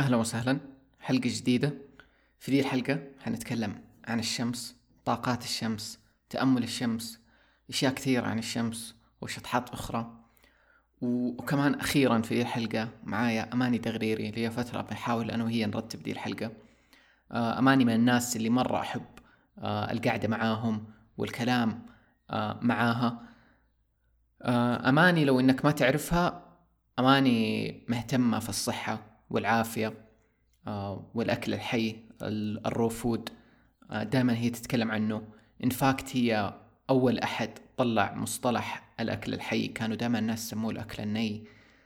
أهلا وسهلا. حلقة جديدة. في دي الحلقة حنتكلم عن الشمس، طاقات الشمس، تأمل الشمس، أشياء كثير عن الشمس وشطحات أخرى. وكمان أخيرا في دي الحلقة معايا أماني تغريري. لي فترة بحاول أنا وهي نرتب دي الحلقة. أماني من الناس اللي مرة أحب القعدة معاهم والكلام معاها. أماني لو إنك ما تعرفها، أماني مهتمة في الصحة والعافية والأكل الحي، الرو فود. دائما هي تتكلم عنه. إنفاكت هي أول أحد طلع مصطلح الأكل الحي، كانوا دائما الناس يسموه الأكل الني.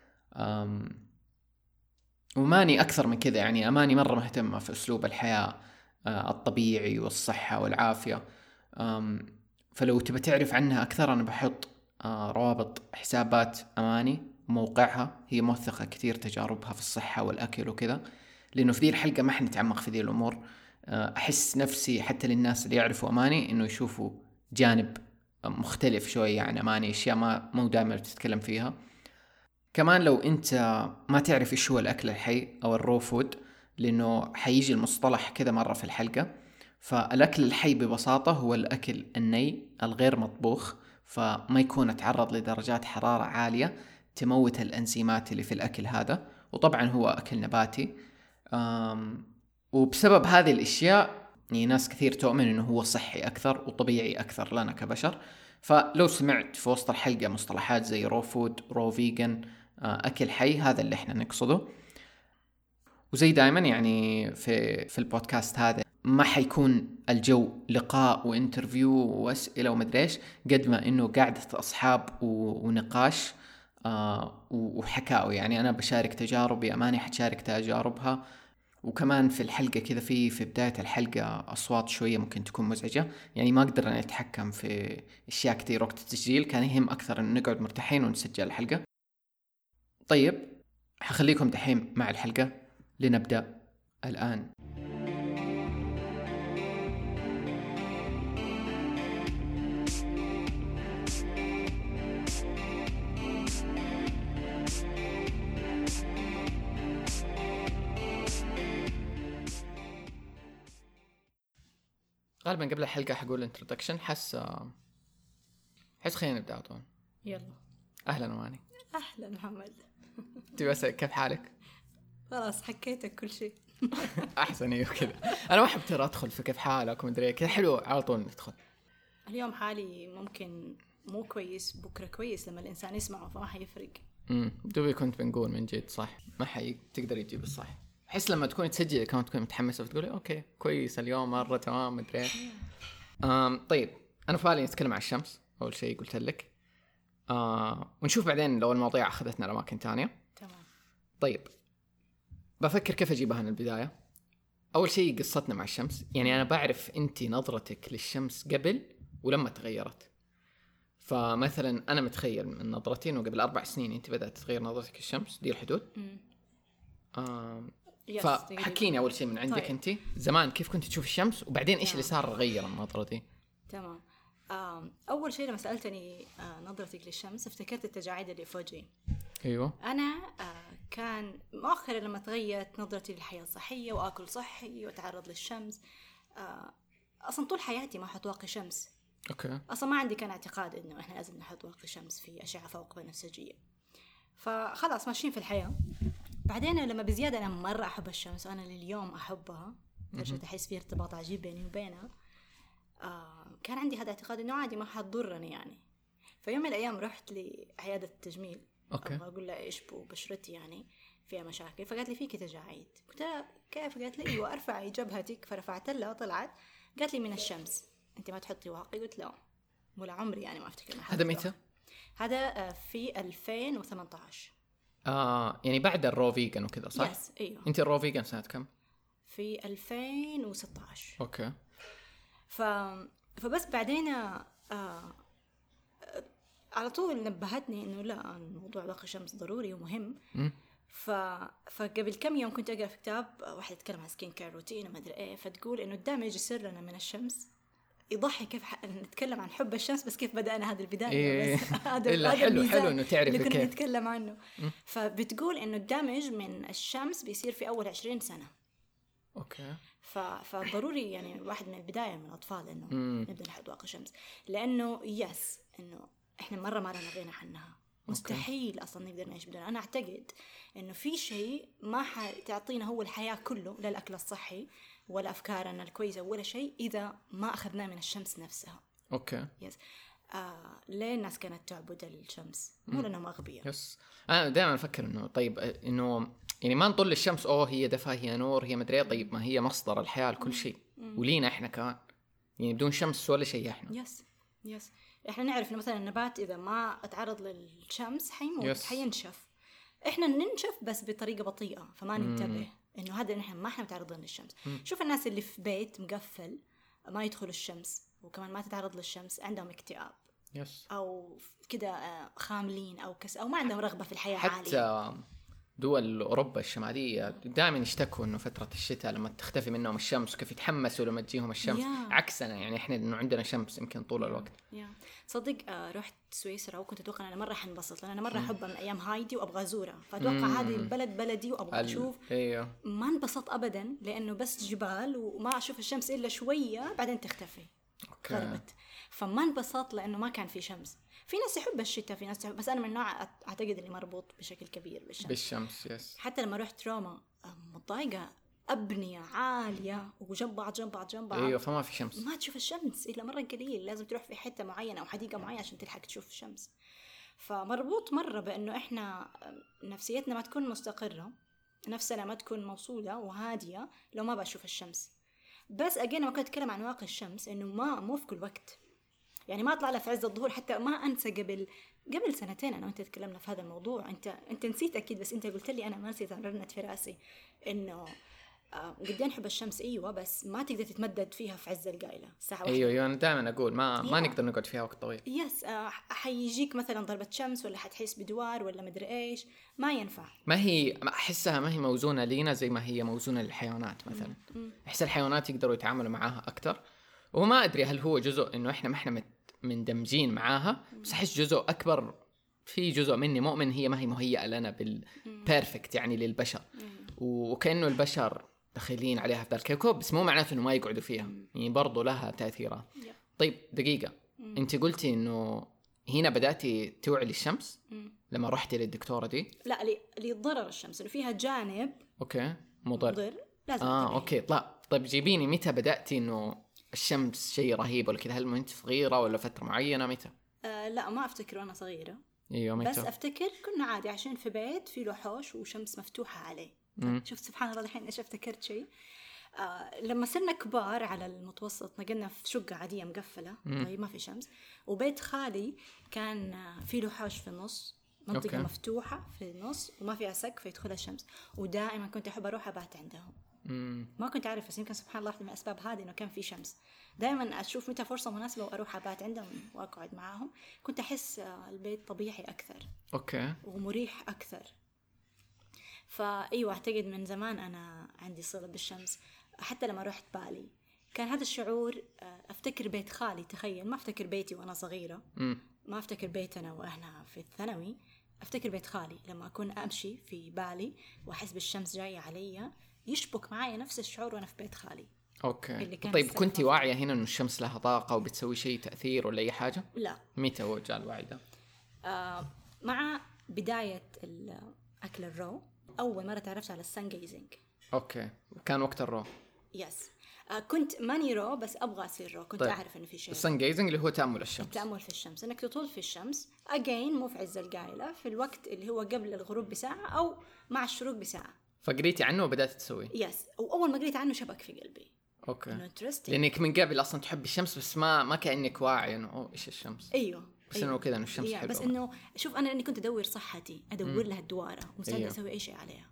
وماني أكثر من كذا، يعني أماني مرة مهتمة في أسلوب الحياة الطبيعي والصحة والعافية. فلو تبى تعرف عنها أكثر أنا بحط روابط حسابات أماني، موقعها، هي موثقة كثير تجاربها في الصحة والأكل وكذا. لأنه في ذي الحلقة ما حنتعمق في ذي الأمور. أحس نفسي حتى للناس اللي يعرفوا أماني إنه يشوفوا جانب مختلف شوية عن أماني، أشياء مو دائما بتتكلم فيها. كمان لو أنت ما تعرف إيش هو الأكل الحي أو الرو فود، لأنه حيجي المصطلح كذا مرة في الحلقة. فالأكل الحي ببساطة هو الأكل الني الغير مطبوخ، فما يكون اتعرض لدرجات حرارة عالية تموت الأنزيمات اللي في الأكل هذا. وطبعا هو أكل نباتي. وبسبب هذه الاشياء يعني ناس كثير تؤمن انه هو صحي اكثر وطبيعي اكثر لنا كبشر. فلو سمعت في وسط الحلقة مصطلحات زي رو فود، رو فيجن، اكل حي، هذا اللي احنا نقصده. وزي دائما يعني في البودكاست هذا ما حيكون الجو لقاء وانترفيو واسئله ومدري ايش، قد ما انه قعدة اصحاب ونقاش وحكاوي. يعني انا بشارك تجاربي، اماني حتشارك تجاربها. وكمان في الحلقة كذا في بداية الحلقة أصوات شوية ممكن تكون مزعجة، يعني ما قدرنا نتحكم في أشياء كثير وقت التسجيل، كان يهم أكثر أن نقعد مرتاحين ونسجل الحلقة. طيب حخليكم دحين مع الحلقة، لنبدأ الآن. غالبا قبل الحلقة حقول introduction. حس خلينا نبدأ طبعا. يلا. أهلا أماني. أهلا محمد. تبي أسأل كيف حالك؟ خلاص حكيتك كل شيء. أحسن. أيوه كذا. أنا ما أحب ترى أدخل في كيف حالك ومدري كذا، حلو على طول ندخل. اليوم حالي ممكن مو كويس، بكرة كويس لما الإنسان يسمعه، فما حيفرق. دوبي كنت بنقول من جد صح، ما تقدر يجيب الصح. حس لما تكون تسجل كمان تكون متحمسة فتقولي أوكي كويس اليوم مرة تمام مدري. طيب أنا فعلي نتكلم عن الشمس أول شيء قلت لك. ونشوف بعدين لو المواضيع أخذتنا لأماكن تانية. تمام. طيب بفكر كيف أجيبها من البداية. أول شيء قصتنا مع الشمس، يعني أنا بعرف أنت نظرتك للشمس قبل ولما تغيرت. فمثلا أنا متخيل من نظرتي إنه قبل 4 سنين أنت بدأت تغير نظرتك للشمس، دي الحدود. فحكيني أول شيء من عندك. طيب. أنت زمان كيف كنت تشوف الشمس، وبعدين إيش اللي صار غير النظرة دي؟ تمام. أول شيء لما سألتني نظرتك للشمس افتكرت التجاعيد اللي في وجهي. أيوة. أنا كان مؤخرا لما تغيرت نظرتي للحياة الصحية وأكل صحي وأتعرض للشمس. أصلا طول حياتي ما أحط واقي شمس. أوكي. أصلا ما عندي كان اعتقاد إنه إحنا لازم نحط واقي شمس في أشعة فوق بنفسجية، فخلاص ماشيين في الحياة. بعدين لما بزيادة أنا مرة أحب الشمس، وأنا لليوم أحبها، درجة أحس فيه ارتباط عجيب بيني وبينها. كان عندي هذا اعتقاد إنه عادي ما حتضرني يعني. فيوم من الأيام رحت لعيادة التجميل. أوكي. أقول لها إيش بشرتي يعني فيها مشاكل، فقالت لي فيك تجاعيد. قلت لها كيف؟ قالت لي أيوة ارفعي جبهتك. فرفعت لها طلعت، قالت لي من الشمس. أنت ما تحطي واقي؟ قلت لا ولا عمري يعني ما أفتكر. هذا متى؟ هذا في 2018. يعني بعد الرو فيجن وكذا صح؟ يس أيوة. أنت الرو فيجن سنة كم؟ في 2016. أوكي. فبس بعدين على طول نبهتني إنه لا، الموضوع واقي الشمس ضروري ومهم. فقبل كم يوم كنت أقرأ في كتاب واحد يتكلم عن سكين كير روتين وما أدري إيه، فتقول إنه الدمج يصير لنا من الشمس يضحك كيف نتكلم عن حب الشمس، بس كيف بدأنا هذه البداية. إيه. بس هذا إلا حلو إنه تعرف اللي كنا كيف نتكلم عنه. فبتقول إنه الدمج من الشمس بيصير في أول 20 سنة. أوكي. فضروري يعني الواحد من البداية من الأطفال إنه نبدأ نحط واقي الشمس، لأنه إنه إحنا مرة ما لنا غنى عنها. مستحيل أصلا نقدر نعيش بدون. أنا أعتقد إنه في شيء ما حتعطينا هو الحياة كله، لا الأكل الصحي ولا أفكارنا الكويسة ولا شيء، إذا ما أخذناه من الشمس نفسها. أوكي. يس. ليه الناس كانت تعبد الشمس؟ مو لأنهم أغبياء. يس. أنا دائما أفكر إنه طيب إنه يعني ما نطل الشمس هي دفا هي نور هي مدري. طيب ما هي مصدر الحياة لكل شيء، ولينا إحنا كمان يعني بدون شمس ولا شيء إحنا. يس. إحنا نعرف إنه مثلا النبات إذا ما اتعرض للشمس حيموت، حينشف. إحنا ننشف بس بطريقة بطيئة، فما ننتبه إنه هذا نحن ما إحنا متعرضين للشمس. شوف الناس اللي في بيت مقفل ما يدخلوا الشمس وكمان ما تتعرض للشمس، عندهم اكتئاب. أو كده خاملين أو أو ما عندهم رغبة في الحياة عالية. حتى دول أوروبا الشمالية دائما يشتكوا إنه فترة الشتاء لما تختفي منهم الشمس وكيف يتحمسوا لما تجيهم الشمس. عكسنا يعني إحنا إنه عندنا شمس يمكن طول الوقت. صدق رحت سويسرا وكنت أتوقع أنا مرة حنبسط، لأن أنا مرة أحبها من أيام هايدي وأبغى أزورها، فأتوقع هذه البلد بلدي وأبغى أشوف. ما انبسط أبدا لأنه بس جبال وما أشوف الشمس إلا شوية بعدين تختفي. غربت. فما انبسط لأنه ما كان في شمس. في ناس يحب الشتاء، في ناس تحب، بس أنا من النوع أعتقد اللي مربوط بشكل كبير بالشمس. يس. حتى لما رحت روما متضايقة، أبنية عالية وجنب بعض جنب بعض جنب بعض. أيوة، فما في شمس، ما تشوف الشمس إلا مرة قليل، لازم تروح في حتة معينة أو حديقة معينة عشان تلحق تشوف الشمس. فمربوط مرة بأنه إحنا نفسيتنا ما تكون مستقرة، نفسنا ما تكون موصولة وهادية لو ما بشوف الشمس. بس أجينا ما كنت أتكلم عن واقع الشمس إنه مو في كل وقت، يعني ما أطلع له في عز الظهور. حتى ما أنسى قبل 2 سنين أنا وأنت تكلمنا في هذا الموضوع. أنت نسيت أكيد، بس أنت قلت لي أنا ما نسيت، رنت في رأسي إنه قدين نحب الشمس. أيوة، بس ما تقدر تتمدد فيها في عز القايلة ساعة واحدة. أيوة أنا دائما أقول ما نقدر نقعد فيها وقت طويل. يس. حيجيك مثلا ضربة شمس ولا حتحس بدوار ولا مدري إيش، ما ينفع. ما هي أحسها ما هي موزونة لينا زي ما هي موزونة للحيوانات مثلا. أحس الحيوانات يقدروا يتعاملوا معاها أكتر، وما أدري هل هو جزء إنه إحنا ما إحنا مندمجين معاها، بس أحس جزء أكبر، في جزء مني مؤمن هي ما هي مهيئة لنا بالبيرفكت يعني للبشر، وكأنه البشر داخلين عليها في ذا الكوكب، بس مو معناته إنه ما يقعدوا فيها، يعني برضو لها تأثيرات. طيب دقيقة، أنت قلتي إنه هنا بدأتي توعي للشمس لما رحتي للدكتورة دي؟ لا، لضرر الشمس، إنه فيها جانب مضر لازم أوكي. طيب جيبيني متى بدأتي إنه الشمس شيء رهيب ولا كذا؟ هل أنت صغيرة ولا فترة معينة؟ متى؟ لا، ما أفتكر وأنا صغيرة. أيوة متى؟ بس أفتكر كنا عادي عشان في بيت في له حوش وشمس مفتوحة عليه. شفت سبحان الله الحين إيش افتكرت شيء. لما صرنا كبار على المتوسط نقلنا في شقة عادية مقفلة، طيب ما في شمس، وبيت خالي كان في له حوش في النص، منطقة مفتوحة في النص وما فيها سقف يدخلها الشمس، ودائما كنت أحب أروح أبات عندهم. ما كنت أعرف، بس يمكن سبحان الله من الأسباب هذه إنه كان في شمس. دائما أشوف متى فرصة مناسبة وأروح أبات عندهم وأقعد معاهم. كنت أحس البيت طبيعي أكثر ومريح أكثر. فأيوة أعتقد من زمان أنا عندي صلة بالشمس. حتى لما رحت بالي كان هذا الشعور. أفتكر بيت خالي، تخيل، ما أفتكر بيتي وأنا صغيرة، ما أفتكر بيتنا وإحنا في الثانوي، أفتكر بيت خالي. لما أكون أمشي في بالي وأحس بالشمس جاية علي، يشبك معي نفس الشعور وأنا في بيت خالي. طيب كنتي واعية هنا إنه الشمس لها طاقة وبتسوي شيء تأثير ولا أي حاجة؟ لا. متى هو جاء الوعي ده؟ مع بداية أكل الرو، أول مرة تعرفت على السان جيزنج. كان وقت الرو. يس. كنت ماني رو، بس أبغى أصير رو. كنت أعرف إنه في شيء. السان جيزنج اللي هو تأمل الشمس. التأمل في الشمس، إنك تطول في الشمس مو في عز القايلة، في الوقت اللي هو قبل الغروب بساعة أو مع الشروق بساعة. فقريتي عنه وبدأت تسوي؟ يس. وأول ما قريت عنه شبك في قلبي. لأنك من قبل أصلا تحب الشمس، بس ما كأنك واعي إنه إيش الشمس. أيوة. بس إنه كذا إنه الشمس حلوة. بس إنه شوف، أنا إني كنت أدور صحتي، أدور لها الدوارة ومستعدة أسوي أي شيء عليها.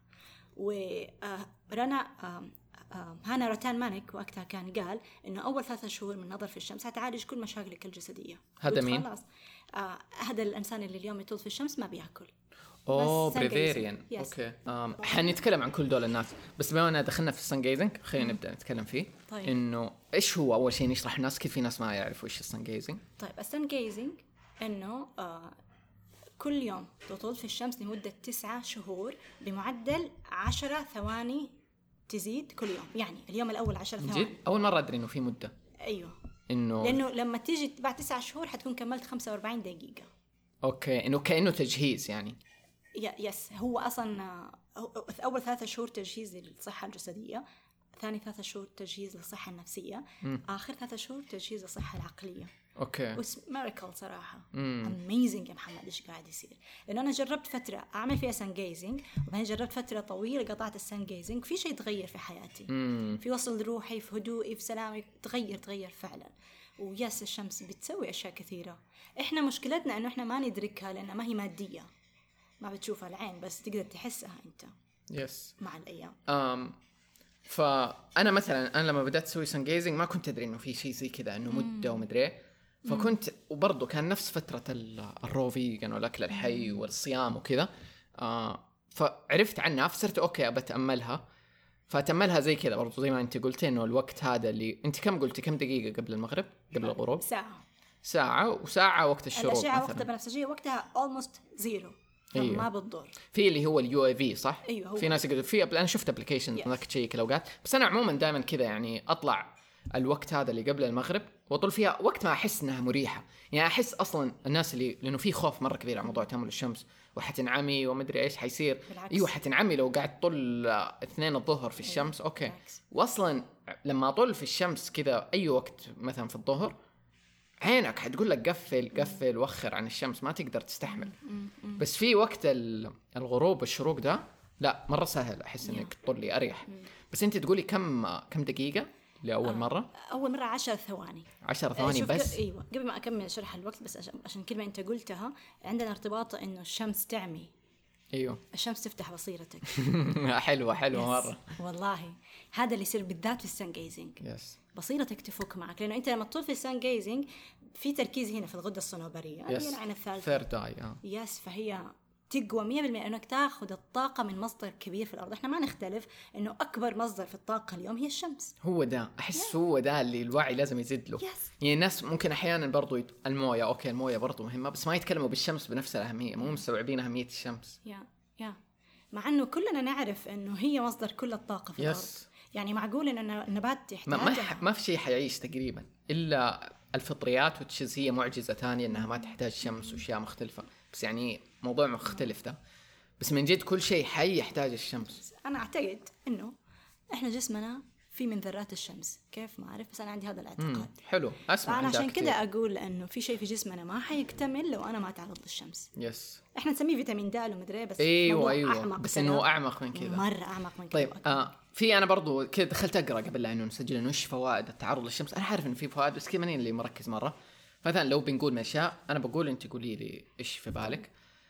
ورنا هانا روتان مانك وقتها كان قال إنه أول 3 شهور من نظر في الشمس هتعالج كل مشاكلك الجسدية. هذا مين؟ خلاص. هذا الإنسان اللي اليوم يطول في الشمس ما بيأكل. بس sun بريفيريان gazing. Yes. اوكي. حنتكلم عن كل دول الناس، بس بما اننا دخلنا في السان جيزنج خلينا نبدا نتكلم فيه. طيب. انه ايش هو اول شيء نشرح الناس، كيف في ناس ما يعرفوا ايش السان جيزنج. طيب السن جيزنج انه كل يوم تطل في الشمس لمدة 9 شهور بمعدل 10 ثواني تزيد كل يوم. يعني اليوم الأول 10 ثواني. جد اول مره ادري انه في مده. ايوه انه لانه لما تيجي بعد 9 شهور حتكون كملت 45 دقيقة. اوكي انه كانه تجهيز يعني. يس هو اصلا اول 3 شهور تجهيز للصحة الجسدية، ثاني 3 شهور تجهيز للصحة النفسية، آخر 3 شهور تجهيز للصحة العقلية. اوكي ميراكل صراحة. اميزنج يا محمد ايش قاعد يصير. لانه انا جربت فترة اعمل فيها سان جيزنج، وبعدين جربت فترة طويلة قطعت السان جيزنج، في شيء تغير في حياتي، في وصل روحي، في هدوئي، في سلامي، تغير فعلا. وياس الشمس بتسوي اشياء كثيرة. احنا مشكلتنا انه احنا ما ندركها لانها ما هي مادية، ما بتشوفها العين بس تقدر تحسها انت يس مع الايام. فانا مثلا انا لما بدات اسوي سان جيزنج ما كنت ادري انه في شيء زي كذا، انه مده ومدري، فكنت وبرضه كان نفس فتره الرو فيجن والاكل الحي والصيام وكذا. فعرفت عنها فصرت اوكي بتاملها، فاتاملها زي كذا برضه زي ما انت قلتي، انه الوقت هذا اللي انت كم قلتي كم دقيقه قبل المغرب قبل الغروب؟ ساعه وساعه وقت الشروق. الاشعه وقتها بنفسجيه وقتها almost زيرو. أيوه. ما بتضر. في اللي هو اليو اي في صح. أيوه هو. في ناس يقولوا في انا شفت ابلكيشن ذاك تشيك الاوقات، بس انا عموما دائما كذا يعني اطلع الوقت هذا اللي قبل المغرب واطل فيها وقت ما احس انها مريحه. يعني احس اصلا الناس اللي لانه في خوف مره كبير على موضوع تأمل الشمس وحتنعمي وما ادري ايش حيصير. ايوه حتنعمي لو قاعد طول 2 الظهر في الشمس. اوكي بالعكس. واصلا لما اطل في الشمس كذا اي وقت مثلا في الظهر عينك حتقول لك قفل وخر عن الشمس، ما تقدر تستحمل. بس في وقت الغروب والشروق ده لا مرة سهل أحس إنك تطلي أريح. بس أنت تقولي كم دقيقة لأول مرة؟ أول مرة 10 ثواني. 10 ثواني بس. أيوة قبل ما أكمل شرح الوقت بس عشان كلمة أنت قلتها عندنا ارتباط إنه الشمس تعمي. أيوه الشمس تفتح بصيرتك. حلوة مرة والله هذا اللي يصير بالذات في السان جيزنج. بصيرتك تفك معك، لأنه أنت لما تطول في السان جيزنج في تركيز هنا في الغدة الصنوبرية هي العين الثالثة ثيرد اي. يس فهي تقوى 100% انك تاخذ الطاقه من مصدر كبير في الارض. احنا ما نختلف انه اكبر مصدر في الطاقه اليوم هي الشمس. هو ده احس هو ده اللي الوعي لازم يزيد له. يعني الناس ممكن احيانا برضو المويه اوكي المويه برضو مهمه، بس ما يتكلموا بالشمس بنفس الاهميه، مو مستوعبين اهميه الشمس. يا مع انه كلنا نعرف انه هي مصدر كل الطاقه في الارض. يعني معقول ان النبات يحتاجها؟ ما في شيء حيعيش تقريبا الا الفطريات، وتشز هي معجزه ثانيه انها ما تحتاج شمس واشياء مختلفه، بس يعني موضوع مختلف ده. بس من جد كل شيء حي يحتاج الشمس. انا اعتقد انه احنا جسمنا في من ذرات الشمس، كيف ما اعرف بس انا عندي هذا الاعتقاد. حلو اسمع. انا عشان كده اقول انه في شيء في جسمنا ما حيكتمل لو انا ما تعرض للشمس. احنا نسميه فيتامين د ومدري بس ايوه بس انه اعمق من كذا، مره اعمق من كذا. طيب في انا برضو كذا دخلت اقرا قبل لا انه نسجل انه ايش فوائد التعرض للشمس. انا عارف انه في فوائد بس كذا ماني اللي مركز مره. مثلا لو بنقول من اشياء انا بقول انت قولي لي ايش في بالك.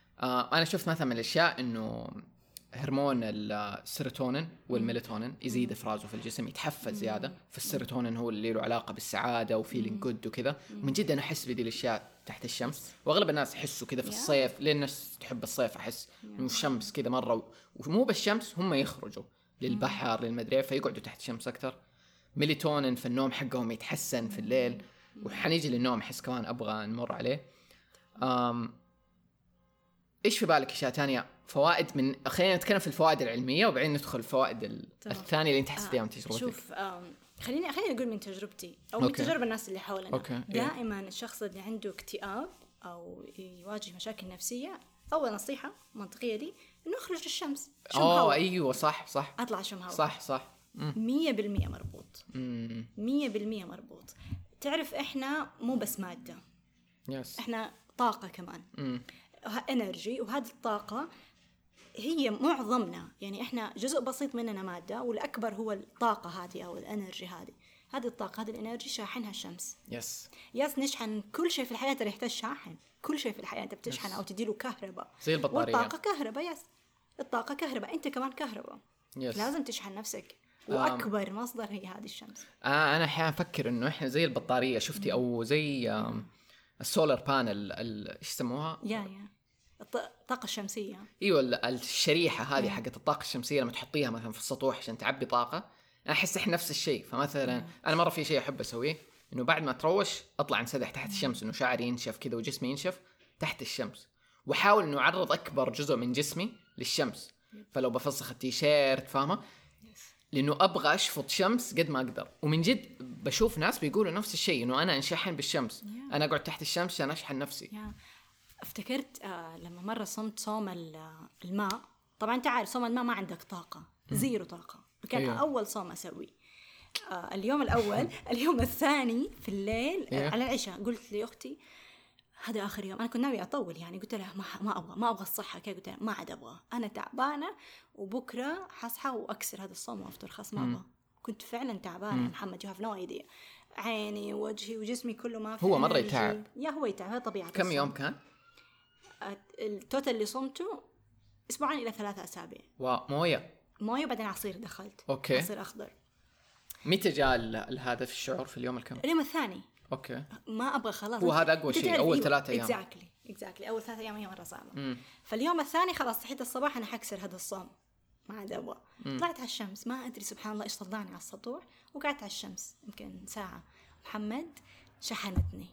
انا شفت مثلا من الاشياء انه هرمون السيروتونين والميلاتونين يزيد افرازه في الجسم، يتحفز زياده. فالسيروتونين هو اللي له علاقه بالسعاده وفيلينج جود وكذا. ومن جد انا احس بدي الاشياء تحت الشمس، واغلب الناس يحسوا كذا في الصيف. ليه الناس تحب الصيف؟ احس انه الشمس كذا مره، ومو بالشمس هم يخرجوا للبحر للمدري فيقعدوا تحت الشمس اكثر. ميلاتونين في النوم حقهم يتحسن في الليل. وحنيجي للنوم احس كمان ابغى نمر عليه. ايش في بالك اشياء تانية فوائد؟ من خلينا نتكلم في الفوائد العلميه وبعدين ندخل الفوائد الثانيه اللي انت تحس فيها من تجربتك. شوف خليني اقول من تجربتي او من تجارب الناس اللي حولنا. دائما الشخص اللي عنده اكتئاب او يواجه مشاكل نفسيه، اول نصيحه منطقيه لي انه اخرج للشمس. ايوه صح اطلع شم هواء. صح 100% مربوط. 100% مربوط. تعرف احنا مو بس ماده، احنا طاقه كمان، انرجي. وهذه الطاقه هي معظمنا، يعني احنا جزء بسيط مننا ماده والاكبر هو الطاقه هذه او الانرجي هذه الطاقه هذه الانرجي شاحنها الشمس. يس نشحن كل شيء في الحياه اللي يحتاج شاحن. كل شيء في الحياه انت بتشحن او تديله كهرباء زي البطاريه. والطاقه كهرباء. الطاقه كهرباء، انت كمان كهرباء. لازم تشحن نفسك. واكبر مصدر هي هذه الشمس. انا احيانا افكر انه احنا زي البطاريه شفتي او زي السولار بانل ايش يسموها؟ الطاقة الشمسية. ايوه الشريحة هذه حقت الطاقة الشمسية لما تحطيها مثلا في السطوح عشان تعبي طاقة، انا احس احنا نفس الشيء. فمثلا انا مرة في شيء احب اسويه، انه بعد ما تروش اطلع انسدح تحت الشمس، انه شعري ينشف كذا وجسمي ينشف تحت الشمس، واحاول انه اعرض اكبر جزء من جسمي للشمس. فلو بفسخ التيشيرت فاهمة، لانه ابغى اشفط شمس قد ما اقدر. ومن جد بشوف ناس بيقولوا نفس الشيء، انه انا انشحن بالشمس، انا اقعد تحت الشمس عشان اشحن نفسي. افتكرت لما مرة صمت صوم الماء. طبعا انت عارف صوم الماء ما عندك طاقة، زيرو طاقة. كان اول صوم اسوي اليوم الاول. اليوم الثاني في الليل على العشاء قلت لاختي هذا اخر يوم. انا كنت ناوي اطول يعني، قلت لها ما ابغى الصحه كذا، قلت لها ما عاد ابغى، انا تعبانه وبكره حصحى واكسر هذا الصوم وافطر، خلاص ما ابغى. كنت فعلا تعبانه. محمد يو هاف نو ايديا، عيني ووجهي وجسمي كله ما في. هو مره يتعب. هو يتعب، هذا طبيعه. كم يوم كان التوتال اللي صمته؟ اسبوعين الى 3 أسابيع. مويه وبعدين عصير دخلت. اوكي. عصير اخضر. متى جاء هذا في الشعور؟ في اليوم الكم؟ اليوم الثاني. اوكي. ما ابغى خلاص. هو هذا اقوى شيء، اول 3 ايام. اكزاكتلي اول 3 ايام هي مره صعبه. فاليوم الثاني خلاص صحيت الصباح انا حكسر هذا الصوم، ما عاد ابغى. طلعت على الشمس، ما ادري سبحان الله ايش صدعني على السطوح، وقعدت على الشمس يمكن ساعه. محمد شحنتني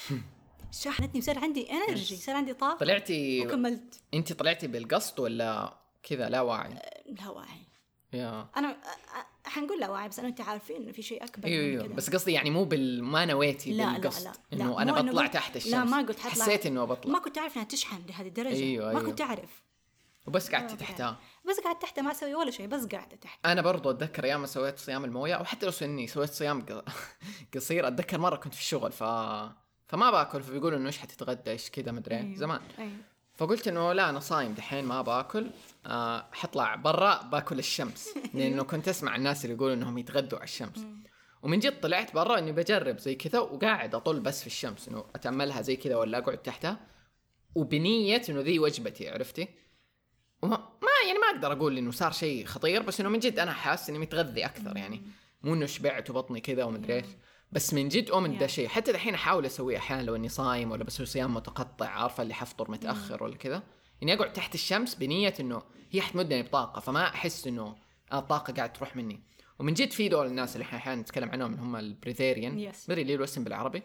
وصار عندي انرجي، صار عندي طاقه. طلعتي وكملت. انت طلعتي بالقصد ولا كذا لا واعي؟ لا واعي. يا انا حنقول لا واعي، بس انتوا عارفين انه في شيء اكبر ايوه من كده. بس قصدي يعني مو ما نويتي بالقصد انه انا بطلع تحت الشمس. لا ما قلت حطلع. حسيت انه بطلع، ما كنت اعرف انها تشحن لهذه الدرجه. أيوة. ما كنت اعرف، وبس قعدت تحتها. بس قعدت تحتها ما اسوي ولا شيء، بس قاعده تحت. انا برضو اتذكر ايام ما سويت صيام المويه، او حتى لو اني سويت صيام قصير. اتذكر مره كنت في الشغل فما باكل، فبيقولوا انه ايش حتتغدى ايش كذا مدري. أيوة. زمان. أيوة. فقلت انه لا انا صايم دحين ما باكل، حطلع برا باكل الشمس، لانه كنت اسمع الناس اللي يقولوا انهم يتغدوا على الشمس. ومن جد طلعت برا اني بجرب زي كذا، وقاعد اطل بس في الشمس، انه اتاملها زي كذا ولا اقعد تحتها، وبنيه انه ذي وجبتي، عرفتي؟ وما يعني ما اقدر اقول انه صار شيء خطير، بس انه من جد انا حاسس اني متغذي اكثر يعني، مو انه شبعت وبطني كذا ومدري ايش. بس من جد أؤمن ده شيء. حتى الحين أحاول أسويه أحيانا لو إني صايم ولا بسوي صيام متقطع، عارفة اللي حفطر متأخر ولا كذا، إني أقعد تحت الشمس بنية إنه هي حتمدني بطاقة، فما أحس إنه الطاقة قاعد تروح مني. ومن جد في دول الناس اللي إحنا أحيانا نتكلم عنهم هم البريثيريان، ما أدري ليه الاسم بالعربي،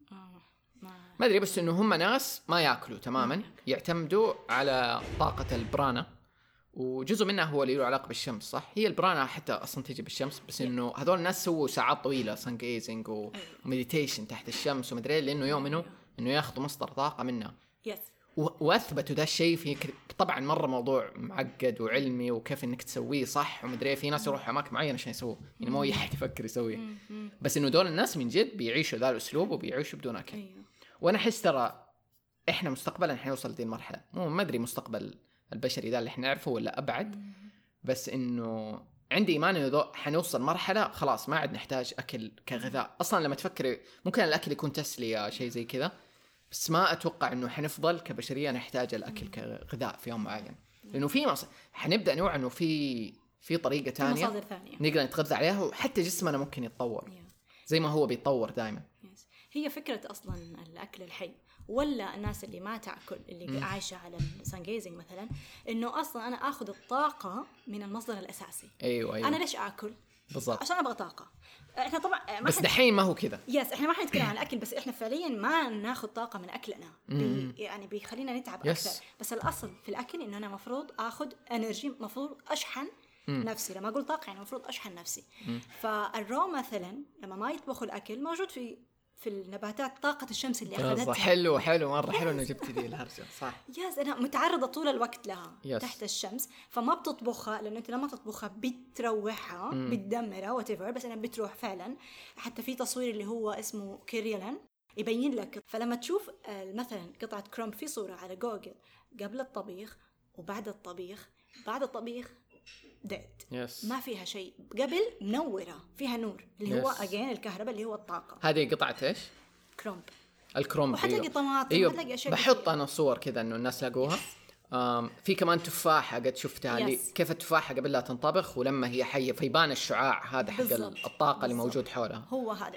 ما أدري، بس إنه هم ناس ما يأكلوا تماما، يعتمدوا على طاقة البرانا، وجزء منها هو اللي له علاقة بالشمس. صح، هي البرانا حتى أصلا تيجي بالشمس، بس إنه هذول الناس سووا ساعات طويلة سان جيزنج ومديتيشن تحت الشمس ومدري، لأنه يؤمنوا إنه ياخذوا مصدر طاقة منها. وأثبتوا ده الشيء في طبعا مرة موضوع معقد وعلمي، وكيف إنك تسويه صح ومدري. في ناس يروحوا أماكن معينة عشان يسووه، يعني مو أي حد يفكر يسويه، بس إنه دول الناس من جد بيعيشوا ذا الأسلوب وبيعيشوا بدون أكل. وأنا أحس ترى إحنا مستقبلا حنوصل دي المرحلة، ما أدري مستقبل البشري ذا اللي احنا نعرفه ولا أبعد، بس إنه عندي إيمان إنه حنوصل مرحلة خلاص ما عاد نحتاج أكل كغذاء. أصلا لما تفكر ممكن الأكل يكون تسلية شيء زي كذا، بس ما أتوقع إنه حنفضل كبشرية نحتاج الأكل كغذاء في يوم معين، لأنه في حنبدأ نوع إنه في طريقة تانية نقدر نتغذى عليها، وحتى جسمنا ممكن يتطور زي ما هو بيتطور دائما. هي فكرة أصلا الأكل الحي، ولا الناس اللي ما تأكل اللي عايشة على السان جيزنج مثلا، إنه أصلا أنا أخذ الطاقة من المصدر الأساسي. أيوة. أنا ليش أكل؟ بالضبط، عشان أبغى طاقة. إحنا طبعا بس دحين ما هو كذا. إحنا ما حنتكلم عن الأكل، بس إحنا فعليا ما ناخذ طاقة من أكلنا، يعني بيخلينا نتعب أكثر. بس الأصل في الأكل إنه أنا مفروض أخذ إنرجي، مفروض أشحن نفسي. لما أقول طاقة يعني مفروض أشحن نفسي. فالرو مثلا لما ما يطبخوا الأكل، موجود في النباتات طاقة الشمس اللي أخذتها. حلو مرة حلو إنه جبت دي الهرجة. صح، أنا متعرضة طول الوقت لها تحت الشمس، فما بتطبخها، لأنه أنت لما تطبخها بتروحها بتدمرها whatever، بس أنا بتروح فعلا. حتى في تصوير اللي هو اسمه كيريلان يبين لك. فلما تشوف مثلا قطعة كرومب في صورة على جوجل قبل الطبيخ وبعد الطبيخ، بعد الطبيخ ما فيها شيء، قبل منورة فيها نور اللي هو أجين الكهرباء اللي هو الطاقة. هذه قطعة إيش؟ الكرومب. وحتلاقي طماطم، أيوة. بحط أنا صور كذا إنه الناس لاقوها. في كمان تفاحة قد شفتها اللي كيف التفاحة قبل لا تنطبخ ولما هي حية فيبان الشعاع هذا حق الطاقة اللي موجود حولها. هو هذا.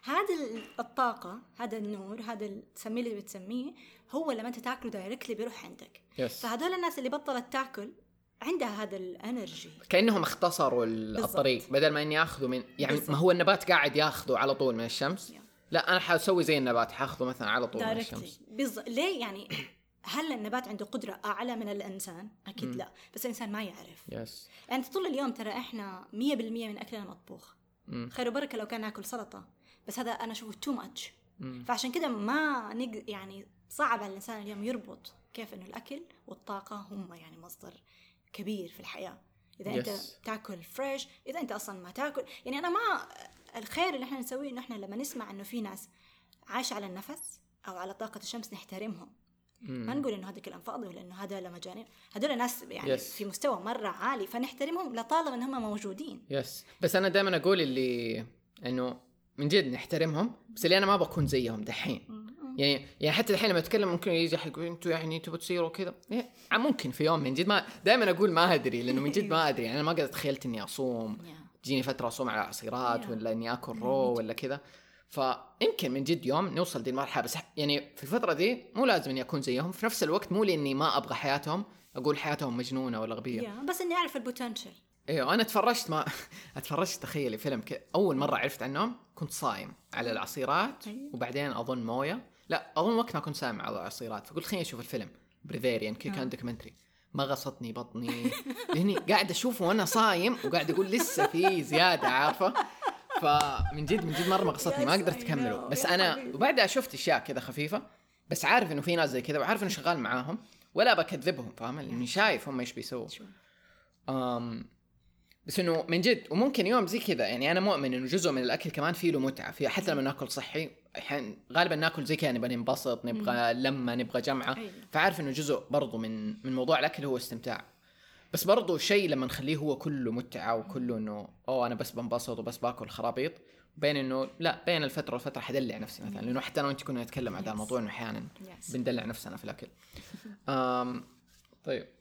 هذا الطاقة، هذا النور، هذا تسميه اللي بتسميه، هو لما انت تاكله دايركتلي بيروح عندك. فهذول الناس اللي بطلت تاكل عندها هذا الانرجي، كأنهم اختصروا الطريق، بدل ما اني اخذه من يعني ما هو النبات قاعد ياخذه على طول من الشمس، لا انا حاسوي زي النبات، حاخذه مثلا على طول من الشمس. ليه يعني؟ هل النبات عنده قدرة أعلى من الإنسان؟ أكيد لا، بس الإنسان ما يعرف. يعني طول اليوم ترى إحنا 100% من أكلنا مطبوخ، خير وبركة لو كان ناكل سلطة، بس هذا أنا أشوفه too much. فعشان كده ما يعني صعب على الإنسان اليوم يربط كيف إنه الأكل والطاقة هم يعني مصدر كبير في الحياة. إذا أنت تاكل فريش، إذا أنت أصلا ما تاكل، يعني أنا ما الخير اللي إحنا نسويه إنه إحنا لما نسمع إنه في ناس عايشة على النفس أو على طاقة الشمس نحترمهم. ما نقول إنه هذا كلام فاضي ولا إنه هذا لمجانين، هذول ناس يعني في مستوى مرة عالي، فنحترمهم لطالما إنهم موجودين. بس أنا دائما أقول اللي إنه من جد نحترمهم، بس اللي أنا ما بكون زيهم دحين. يعني حتى الحين لما أتكلم ممكن يجي أحد يقول أنتوا يعني تبوا تصيروا كذا، ممكن في يوم من جد ما، دائما أقول ما أدري، لأنه من جد ما أدري. يعني أنا ما قد تخيلت إني أصوم، تجيني فترة أصوم على عصيرات ولا إني أكل رو ولا كذا. فيمكن من جد يوم نوصل دي المرحلة، بس يعني في الفترة دي مو لازم إني أكون زيهم. في نفس الوقت مو لأني ما أبغى حياتهم أقول حياتهم مجنونة ولا غبية، بس إني أعرف البوتنشل. أيوة أنا اتفرجت تخيلي فيلم أول مرة عرفت عنهم كنت صايم على العصيرات، وبعدين أظن موية، لا أظن وقت ما كنت صايم على العصيرات، فقلت خليني أشوف الفيلم بريفيريان كان دوكيومنتري. ما غصتني بطني لأني قاعد أشوفه وأنا صايم وقاعد أقول لسه في زيادة، عارفة؟ فمن جد مرة ما قصتني، ما قدرت أكمله. بس أنا وبعدها شفت أشياء كذا خفيفة، بس عارف إنه في ناس زي كذا، وعارف إنه شغال معاهم ولا بكذبهم، فاهم؟ لأني شايف هم إيش بيسووا. بس إنه من جد، وممكن يوم زي كذا يعني أنا مؤمن إنه جزء من الأكل كمان فيه له متعة، فيه حتى لما ناكل صحي الحين غالبا ناكل زي كذا، نبغى ننبسط، نبغى لما نبغى جمعة. فعارف إنه جزء برضو من موضوع الأكل هو استمتاع. بس برضو شيء لما نخليه هو كله متعة وكله إنه أنا بس بنبسط وبس باكل خرابيط، بين إنه لا، بين الفترة والفترة حدلع نفسي مثلا، لأنه حتى أنا وأنت كنا نتكلم عن هذا الموضوع إنه أحيانا بندلع نفسنا في الأكل. طيب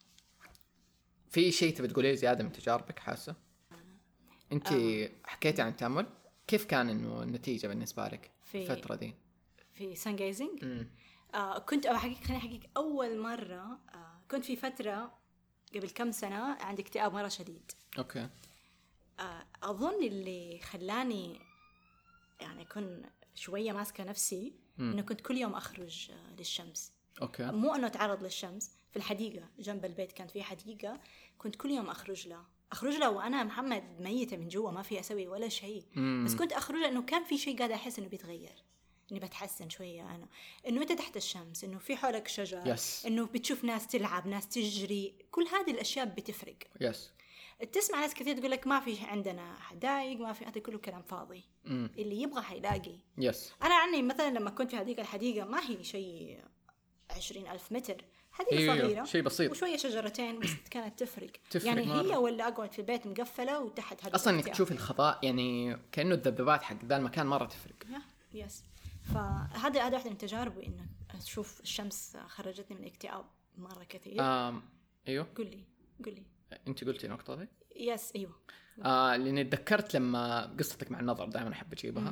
في شيء تبي تقوليه زيادة من تجاربك حاسة؟ أنت حكيتي عن التأمل، كيف كان إنه النتيجة بالنسبة لك في الفترة دي في سان جايزنج؟ كنت خليني أحكيك أول مرة كنت في فترة قبل كم سنة عندي اكتئاب مرة شديد. أوكي. أظن اللي خلاني يعني أكون شوية ماسكة نفسي إنه كنت كل يوم أخرج للشمس. أوكي. مو إنه أتعرض للشمس، في الحديقة جنب البيت كانت في حديقة، كنت كل يوم أخرج له وأنا محمد ميتة من جوا، ما في أسوي ولا شيء، بس كنت أخرج لأنه كان في شيء قاعد أحس إنه بيتغير، إني بتحسن شوية أنا، إنه أنت تحت الشمس، إنه في حولك شجر، إنه بتشوف ناس تلعب، ناس تجري، كل هذه الأشياء بتفرق. تسمع ناس كثير تقول لك ما في عندنا حدائق، ما في، هذا كله كلام فاضي. اللي يبغى حيلاقي. أنا عني مثلا لما كنت في هذيك الحديقة ما هي شيء 20,000 متر، حديقة صغيرة، شيء بسيط وشوية شجرتين، بس كانت تفرق يعني مرة. هي ولا أقعد في البيت مقفلة وتحت هذا أصلا إنك تشوف الخضاء يعني كأنه الذبذبات حق ذا المكان مرة تفرق. فهذا واحدة من تجاربي، إنه أشوف الشمس خرجتني من اكتئاب مرة كثير. أيوه. قولي أنت قلتي نقطة دي. أيوه. لأني تذكرت لما قصتك مع النظر دائما أحب أجيبها.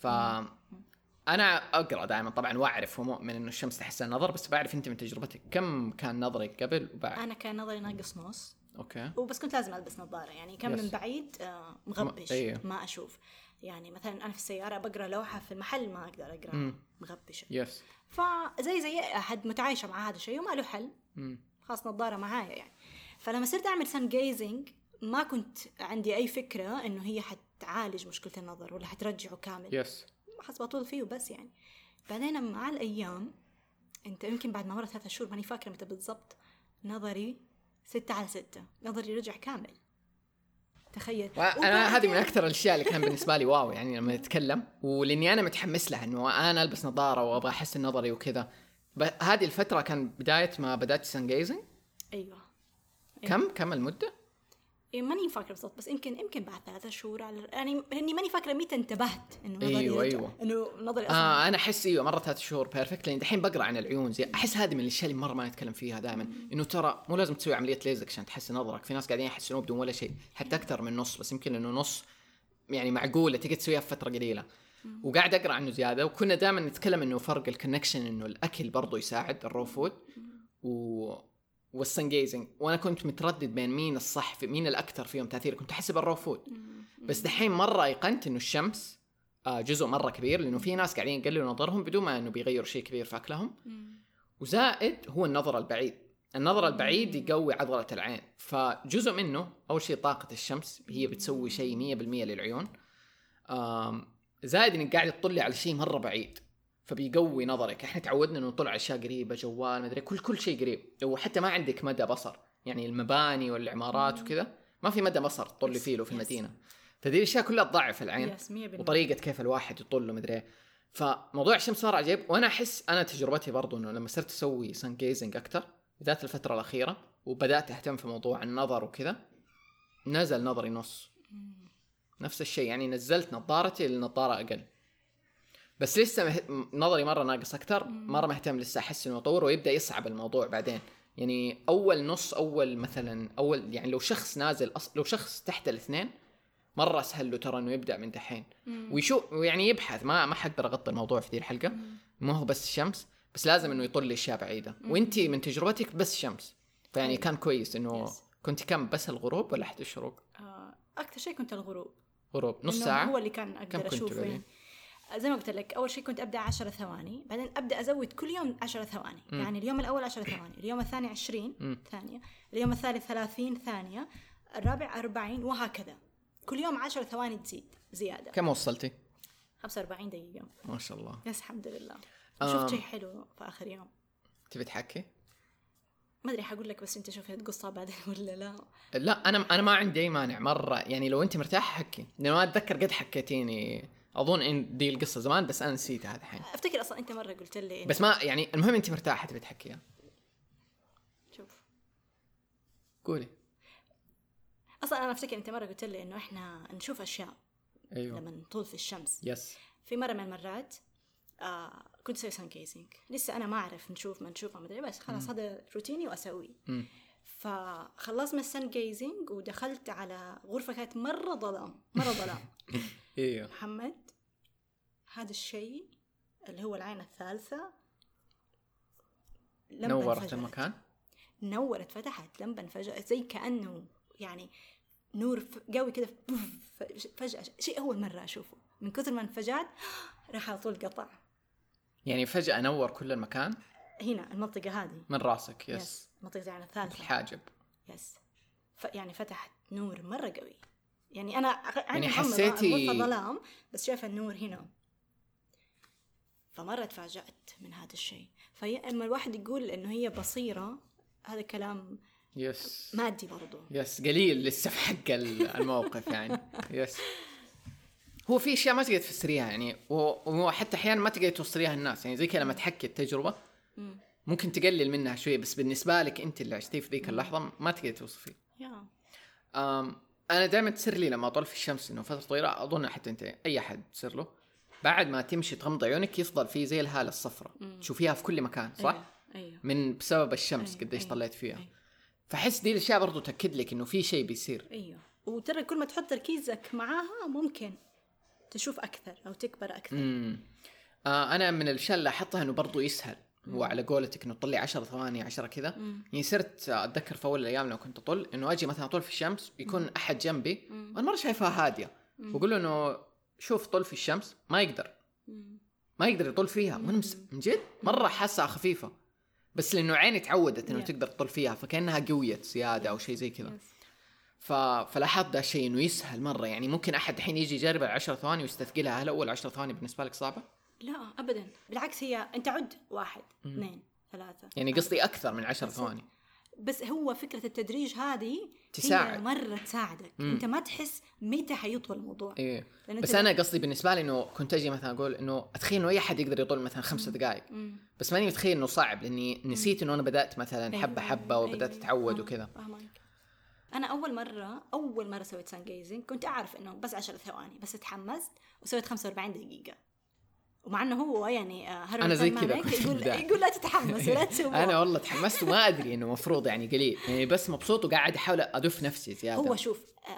أنا أقرأ دائما طبعا وأعرف ومؤمن إنه الشمس تحسن النظر، بس بعرف أنت من تجربتك كم كان نظرك قبل وبعد؟ أنا كان نظري ناقص نص. أوكي. وبس كنت لازم ألبس نظارة، يعني كان من بعيد مغبش. ما أشوف، يعني مثلا أنا في السيارة بقرأ لوحة في المحل ما أقدر أقرأ مغبشة. فزي أحد متعايشة مع هذا الشيء وما له حل، خاص نظارة معايا يعني. فلما صرت أعمل سان جايزنج ما كنت عندي أي فكرة إنه هي حتعالج مشكلة النظر ولا حترجعه كامل. حسب أطول فيه بس يعني. بعدين مع الأيام، أنت يمكن بعد ما مرت 3 شهور، ماني فاكرة متى بالضبط، نظري 6/6 نظري رجع كامل. تخيل. أنا هذه من أكثر الأشياء اللي كان بالنسبة لي واو يعني لما نتكلم، ولأني أنا متحمس لها إنه أنا ألبس نظارة وأبغى أحسن نظري وكذا. هذه الفترة كان بداية ما بدأت سان جايزنج. أيوة. كم المدة؟ ماني فاكرة بالضبط، بس يمكن بعد 3 شهور يعني لأني ماني فاكرة متى انتبهت إنه نظري رجع. إنه نظري أصلاً. أنا أحس مرة 3 شهور بيرفكت، لأن دحين بقرأ عن العيون زي أحس هذه من الأشياء اللي مرة ما نتكلم فيها دائما، إنه ترى مو لازم تسوي عملية ليزك عشان تحسن نظرك. في ناس قاعدين يحسنوا بدون ولا شيء، حتى أكثر من نص، بس يمكن إنه نص يعني معقولة تيجي تسويها في فترة قليلة. وقاعد اقرا عنه زياده، وكنا دائما نتكلم انه فرق الكونكشن انه الاكل برضو يساعد الرو فود والسن جيزنج، وانا كنت متردد بين مين الصح في مين الاكثر فيهم تاثير، كنت احسب الرو فود. بس دحين مره ايقنت انه الشمس جزء مره كبير، لانه في ناس قاعدين يقللوا نظرهم بدون ما انه بيغيروا شيء كبير في اكلهم. وزائد هو النظر البعيد، النظر البعيد يقوي عضله العين، فجزء منه اول شيء طاقه الشمس هي بتسوي شيء 100% للعيون. زائد انك قاعد تطلع على شيء مره بعيد فبيقوي نظرك. احنا تعودنا انه نطلع على اشياء قريبه، جوال مدري كل شيء قريب، وحتى ما عندك مدى بصر، يعني المباني والعمارات وكذا ما في مدى بصر تطلي فيه له في المدينه. فدي الاشياء كلها تضعف العين وطريقه كيف الواحد يطل مدري. فموضوع الشمس صار عجيب. وانا احس انا تجربتي برضو انه لما صرت اسوي سان جيزنج اكثر ذات الفتره الاخيره وبدات اهتم في موضوع النظر وكذا، نزل نظري نفس الشيء، يعني نزلت نظارتي للنظاره اقل، بس لسه نظري مره ناقص اكثر، مره مهتم لسه احس انه اطور ويبدا يصعب الموضوع بعدين. يعني اول مثلا يعني لو شخص نازل لو شخص تحت الاثنين مره اسهل له ترى انه يبدا من دحين ويشوف يعني يبحث. ما حقدر اغطي الموضوع في ذي الحلقه، ما هو بس الشمس، بس لازم انه يطل لي اشياء بعيده. وانتي من تجربتك بس شمس، فيعني كان كويس انه كنت كم بس الغروب ولا حتى الشروق؟ اكثر شيء كنت الغروب نص ساعه هو اللي كان اقدر اشوفه. زي ما قلت لك أول شيء كنت أبدأ 10 ثواني، بعدين أبدأ أزود كل يوم 10 ثواني. يعني اليوم الأول 10 ثواني، اليوم الثاني 20 ثانية، اليوم الثالث 30 ثانية، الرابع 40، وهكذا كل يوم 10 ثواني تزيد زيادة. كم وصلتي؟ 45 دقيقة ما شاء الله. بس الحمد لله. شفت شيء حلو في آخر يوم. تبي تحكي؟ ما أدري حقول لك، بس أنت شوفي تقصها بعدين ولا لا؟ لا أنا ما عندي أي مانع مرة، يعني لو أنت مرتاح حكي، لأنه ما أتذكر قد حكيتيني أظن إن دي القصة زمان بس أنا نسيتها الحين. أفتكر أصلا أنت مرة قلت لي بس ما يعني المهم أنت مرتاحة تبي تحكيها. شوف قولي. أصلا أنا أفتكر أنت مرة قلت لي إنه إحنا نشوف أشياء أيوه. لما نطول في الشمس. يس. في مرة من المرات كنت أسوي سان جيزنج، لسه أنا ما أعرف ما نشوف ما أدري، بس خلاص هذا روتيني وأسوي. فخلصت من السان جيزنج ودخلت على غرفة كانت مرة ظلام ايوه محمد، هذا الشيء اللي هو العين الثالثة نورت المكان، نورت فتحت لمبة انفجأت زي كأنه يعني نور قوي كده فجأة، شيء أول مرة أشوفه. من كثر ما انفجأت راح على طول قطع، يعني فجأة نور كل المكان هنا المنطقة هذه من راسك. يس منطقة العين الثالثة الحاجب. يس يعني فتحت نور مرة قوي، يعني أنا يعني حسيتي ظلام بس شايفة النور هنا، فمرة تفاجأت من هذا الشيء. فلما الواحد يقول إنه هي بصيرة هذا كلام يس مادي برضو. يس قليل لسه في حق الموقف يعني. يس هو في اشياء ما تقدر تفسريها يعني، وحتى احيانا ما تقدر توصليها الناس، يعني زي كذا لما تحكي التجربه ممكن تقلل منها شويه، بس بالنسبه لك انت اللي عشتي في ذيك اللحظه ما تقدر توصفي. انا دائما تصير لي لما اطول في الشمس انه فتره طويله، اظن حتى انت اي احد تصير له بعد ما تمشي تغمض عيونك يفضل فيه زي الهاله الصفراء تشوفيها في كل مكان، صح؟ أيوه. من بسبب الشمس قديش طلعت فيها. فحس دي الاشياء برضو تاكد لك انه في شيء بيصير. ايوه، وترى كل ما تحط تركيزك معاها ممكن تشوف اكثر او تكبر اكثر. انا من الاشياء اللي لاحظتها انه برضو يسهل وعلى قولتك انه تطلع 10 ثواني 10 كذا. يعني صرت اتذكر في اول الايام لو كنت اطل انه اجي مثلا اطول في الشمس يكون احد جنبي وانا مره شايفها هاديه واقول له انه شوف طل في الشمس ما يقدر يطل فيها، وانا من جد مره حاسه خفيفه، بس لانه عيني تعودت انه تقدر تطل فيها فكانها قويت زياده او شيء زي كذا. فلاحظت ده الشيء انه يسهل مره، يعني ممكن احد الحين يجي يجرب 10 ثواني ويستثقلها. هل اول 10 ثواني بالنسبه لك صعبه؟ لا ابدا، بالعكس هي انت عد 1 2 3 يعني قصدي اكثر من 10 ثواني. بس هو فكره التدريج هذه تساعد، هي مره تساعدك. انت ما تحس متى حيطول الموضوع. إيه. بس انا قصدي بالنسبه لي انه كنت اجي مثلا اقول انه اتخيل انه اي احد يقدر يطول مثلا 5 دقائق بس ماني متخيل انه صعب لاني نسيت انه انا بدات مثلا حبه حبه وبدات اتعود وكذا. انا اول مره سويت سان جيزنج كنت اعرف انه بس 10 ثواني، بس اتحمست وسويت 45 دقيقه، ومع انه هو يعني انا زي كذا يقول لا تتحمس ولا تسوي. انا والله تحمست وما ادري انه مفروض يعني قليل، يعني بس مبسوط وقاعد احاول ادف نفسي زياده. هو شوف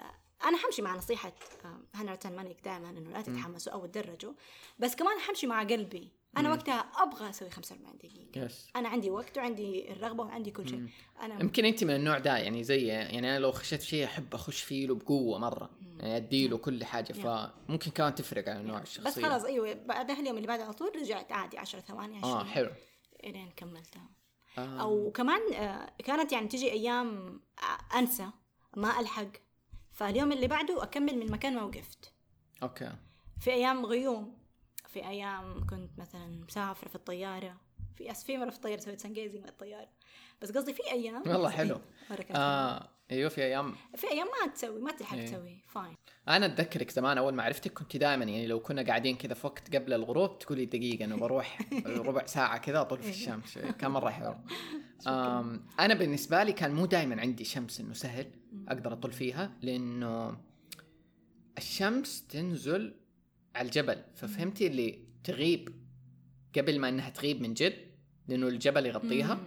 انا حمشي مع نصيحه هنرتن مانيك دائما انه لا تتحمسوا او تدرجوا، بس كمان حمشي مع قلبي. انا وقتها ابغى اسوي 45 دقيقه. انا عندي وقت وعندي الرغبه وعندي كل شيء. انا يمكن انت من النوع ده يعني زي يعني انا لو خشيت شيء احب اخش فيه له بقوه مره، يعني اديله كل حاجه، فممكن كان تفرق عن النوع الشخصيه. بس خلاص ايوه بعدها اليوم اللي بعده على طول رجعت عادي 10 ثواني 20 حلو الين كملتها. او كمان كانت يعني تيجي ايام انسى ما الحق، فاليوم اللي بعده اكمل من مكان ما وقفت. اوكي. في ايام غيوم، في ايام كنت مثلا مسافره في الطياره، في مره في الطياره سويت سانجيزنج من الطياره، بس قصدي في ايام والله حلو. ايوه في ايام ما تلحق تسوي فاين. انا اتذكرك زمان اول ما عرفتك كنت دائما يعني لو كنا قاعدين كذا في وقت قبل الغروب تقولي دقيقه انه بروح ربع ساعه كذا اطل في الشمس، كان مره حلو. انا بالنسبه لي كان مو دائما عندي شمس انه سهل اقدر اطل فيها، لانه الشمس تنزل على الجبل، ففهمتي اللي تغيب قبل ما انها تغيب من جد لانه الجبل يغطيها.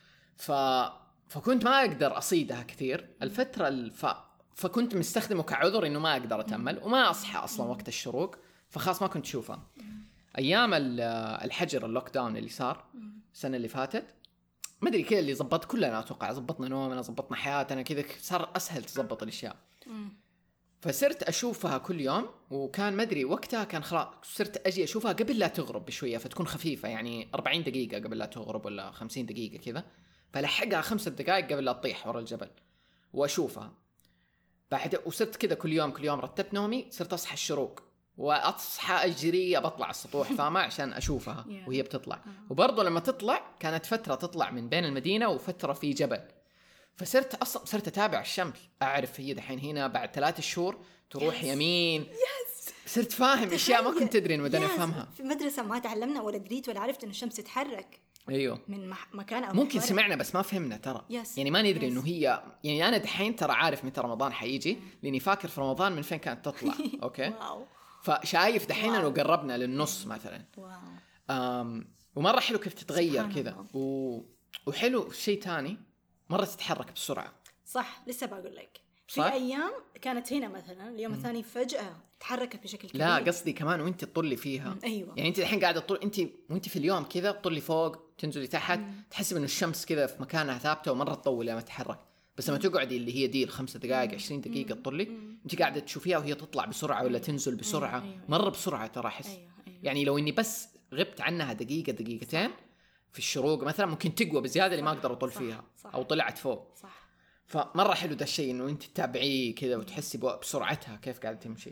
فكنت ما اقدر اصيدها كثير الفتره فكنت مستخدمه كعذر انه ما اقدر اتامل وما اصحى اصلا وقت الشروق، فخلاص ما كنت اشوفها. ايام الحجر اللوك داون اللي صار السنه اللي فاتت ما ادري كذا اللي زبط كلنا، اتوقع زبطنا نومنا زبطنا حياتنا كذا، صار اسهل تزبط الاشياء. فصرت اشوفها كل يوم، وكان ما ادري وقتها كان خلاص صرت اجي اشوفها قبل لا تغرب بشويه، فتكون خفيفه يعني 40 دقيقه قبل لا تغرب ولا 50 دقيقه كذا، فلحقها 5 دقائق قبل لا تطيح ورا الجبل واشوفها. بعد وصرت كذا كل يوم رتبت نومي، صرت اصحى الشروق واصحى اجري بطلع السطوح فاهمه عشان اشوفها وهي بتطلع. وبرضه لما تطلع كانت فتره تطلع من بين المدينه وفتره في جبل، صرت اتابع الشمس، اعرف هي دحين هنا بعد 3 شهور تروح يمين. صرت فاهم اشياء ما كنت ادري انه بدنا نفهمها. في المدرسه ما تعلمنا ولا قريت ولا عرفت ان الشمس تتحرك. ايوه من مكان او ممكن سمعنا بس ما فهمنا ترى. يعني ما ندري انه هي يعني انا دحين ترى عارف متى رمضان حيجي، لاني فاكر في رمضان من فين كانت تطلع. اوكي فشايف دحين انه قربنا للنص مثلا. ومره حلو كيف تتغير كذا وحلو شيء تاني مرة تتحرك بسرعة. صح لسه بقول لك في أيام كانت هنا مثلا اليوم الثاني فجأة تحركت بشكل كبير. لا قصدي كمان وانت تطلي فيها. أيوة. يعني انت الحين قاعدة تطلي وانت في اليوم كذا تطلي فوق تنزلي تحت تحسب انه الشمس كذا في مكانها ثابتة ومرة تطول لما تتحرك، بس لما تقعدي اللي هي دي 5 دقائق 20 دقيقة تطلي انت قاعدة تشوفيها وهي تطلع بسرعة ولا تنزل بسرعة. أيوة. مرة بسرعة ترى أحس. أيوة. يعني لو اني بس غبت عنها دقيقة دقيقتين في الشروق مثلا ممكن تقوى بزيادة اللي ما أقدر أطول فيها. أو طلعت فوق. صح. فمرة حلو ده الشيء إنه أنت تتابعيه كذا وتحسي بسرعتها كيف قاعدة تمشي.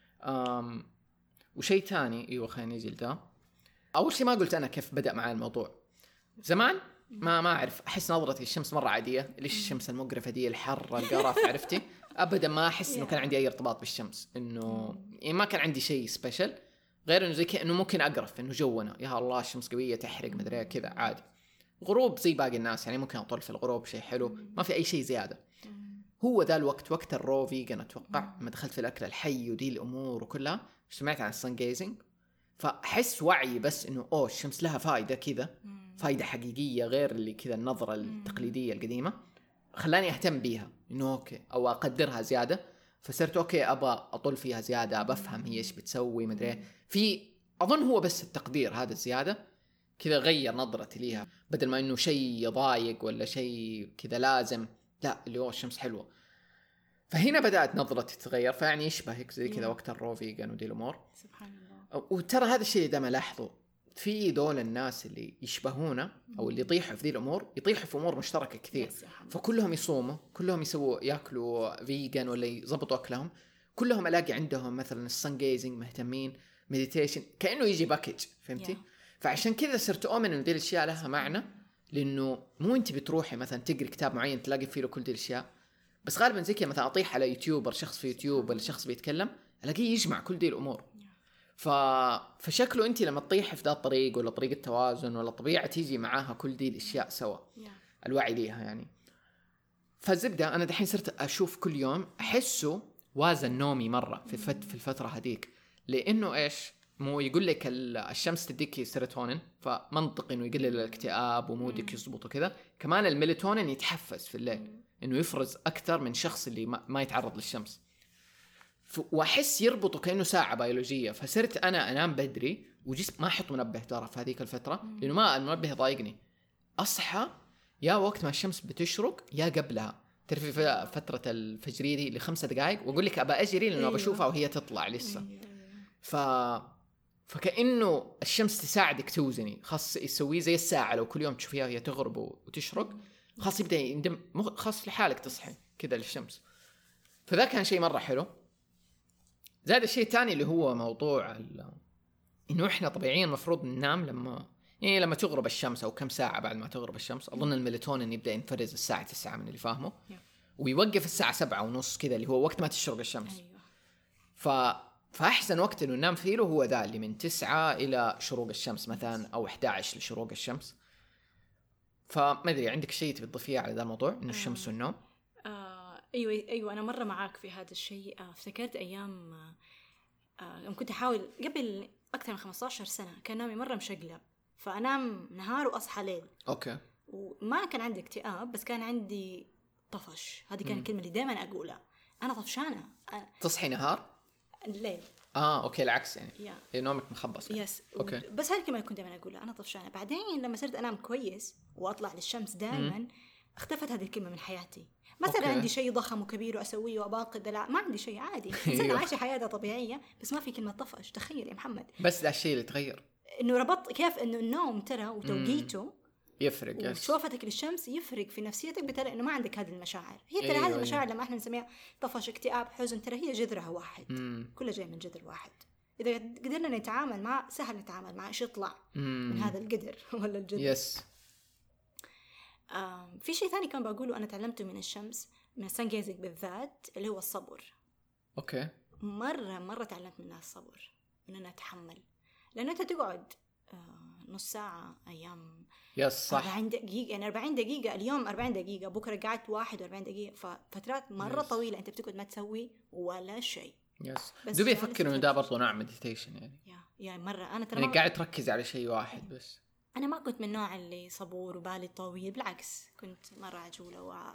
وشيء تاني أيوة خلينا نيجي لده. أول شيء ما قلت أنا كيف بدأ معي الموضوع زمان ما أعرف، أحس نظرتي الشمس مرة عادية. ليش الشمس المقرفة دي الحر القرف عرفتي أبدا ما أحس إنه كان عندي أي ارتباط بالشمس، إنه يعني ما كان عندي شيء سبيشل غير إنه زي إنه ممكن أقرف إنه جونا يا الله الشمس قوية تحرق مدري كذا عادي. غروب زي باقي الناس يعني ممكن أطول في الغروب شيء حلو ما في أي شيء زيادة. هو ذا الوقت وقت الرو فيجن أتوقع لما دخلت في الأكل الحي ودي الأمور وكلها سمعت عن السان جيزنج، فحس وعي بس إنه الشمس لها فائدة كذا، فائدة حقيقية غير اللي كذا النظرة التقليدية القديمة، خلاني أهتم بيها إنه أوكي أو أقدرها زيادة. فصرت أوكي أبغى أطول فيها زيادة، بفهم هي إيش بتسوي مدري في أظن هو بس التقدير هذا الزيادة كذا غير نظرتي ليها، بدل ما إنه شيء يضايق ولا شيء كذا لازم، لا اللي هو الشمس حلوة. فهنا بدأت نظرتي تتغير، فيعني يشبهك زي كذا وقت الرو فيجن ودي الأمور. سبحان الله. وترى هذا الشيء ده ملاحظه في دول الناس اللي يشبهونا أو اللي يطيحوا في ذي الأمور، يطيحوا في أمور مشتركة كثير. فكلهم يصوموا، كلهم يأكلوا فيجن ولا يضبطوا أكلهم، كلهم ألاقي عندهم مثلا السان جيزنج مهتمين، مديتيشن، كأنه يجي باكج فهمتي. فعشان كذا صرت أؤمن إن دي الأشياء لها معنى، لأنه مو أنت بتروحي مثلا تقري كتاب معين تلاقي فيه كل دي الأشياء، بس غالبا زي كذا مثلا أطيح على يوتيوبر شخص في يوتيوب ولا شخص بيتكلم ألاقيه يجمع كل دي الأمور. فشكله أنت لما تطيح في ذا الطريق ولا طريق التوازن ولا طبيعة تيجي معاها كل دي الأشياء سوا، الوعي ليها يعني. فالزبدة أنا دحين صرت أشوف كل يوم أحسه وازن نومي مرة في الفترة هذيك، لأنه إيش مو يقول لك الشمس تديك سيروتونين، فمنطقي إنه يقلل الاكتئاب ومودك يضبط وكذا. كمان الميلاتونين يتحفز في الليل، إنه يفرز أكثر من شخص اللي ما يتعرض للشمس. واحس يربطوا كانه ساعه بيولوجيه. فصرت انا انام بدري وجسم ما احط منبه ترى في هذيك الفتره، لانه ما المنبه يضايقني. اصحى يا وقت ما الشمس بتشرق يا قبلها. تعرفي في فتره الفجريه دي ل5 دقائق، واقول لك ابى اجري لانه بشوفها وهي تطلع لسه. فكأنه الشمس تساعدك توزني، خاص يسوي زي الساعة لو كل يوم تشوفيها هي تغرب وتشرق، خاص يبدأ يندم، خاص لحالك تصحي كذا للشمس. فذا كان شيء مرة حلو. زاد الشيء الثاني اللي هو موضوع إنه إحنا طبيعيا مفروض ننام لما تغرب الشمس أو كم ساعة بعد ما تغرب الشمس. أظن الميلاتونين يبدأ ينفرز الساعة 9 من اللي فاهمه، ويوقف الساعة 7:30 كذا اللي هو وقت ما تشرق الشمس. فأحسن وقت إنه ننام فيه هو ذا اللي من 9 إلى شروق الشمس مثلا، أو 11 لشروق الشمس. فما أدري عندك شيء تبي تضيفيه على ذا الموضوع إنه الشمس والنوم؟ أيوة أنا مرة معاك في هذا الشيء. افتكرت أيام يوم كنت أحاول قبل أكثر من 15 سنة كان نامي مرة مشقلب، فأنام نهار وأصحى ليل. أوكي. وما كان عندي اكتئاب، بس كان عندي طفش. هذه كانت الكلمة اللي دائما أقولها، أنا طفشانة. تصحي نهار الليل. اوكي العكس يعني نومك مخبص يعني. اوكي. بس هذه الكلمه كنت دائما اقولها، انا طفشانه. بعدين لما صرت انام كويس واطلع للشمس دائما اختفت هذه الكلمه من حياتي. مثلا عندي شيء ضخم وكبير واسويه واباقي لا، ما عندي شيء عادي. انسان عايشه حياتها طبيعيه، بس ما في كلمه طفش. تخيل يا محمد، بس ده الشيء اللي تغير، انه ربط كيف انه النوم ترى وتوقيته يفرق، وشوفتك للشمس يفرق في نفسيتك، بتلاقي انه ما عندك هذه المشاعر. هي ترى هذه المشاعر لما احنا نسميها طفش، اكتئاب، حزن، ترى هي جذرها واحد. كلها جاي من جذر واحد. اذا قدرنا نتعامل مع سهل نتعامل مع ايش يطلع من هذا القدر ولا الجذر. في شيء ثاني كان بقوله انا تعلمته من الشمس، من السان جيزنج بالذات، اللي هو الصبر. اوكي. مره تعلمت منها الصبر، ان انا اتحمل. لانه انت تقعد نص ساعة أيام، صح، 40 دقيقة، يعني 40 دقيقة اليوم، 40 دقيقة بكرة قعدت 41 دقيقة. ففترات مرة طويلة أنت بتقعد ما تسوي ولا شيء. دوبي أفكر إنه ده برضو نوع مديتيشن يعني مرة أنا ترى يعني قاعد تركز على شيء واحد بس. أنا ما كنت من النوع اللي صبور وبالي طويل، بالعكس كنت مرة عجولة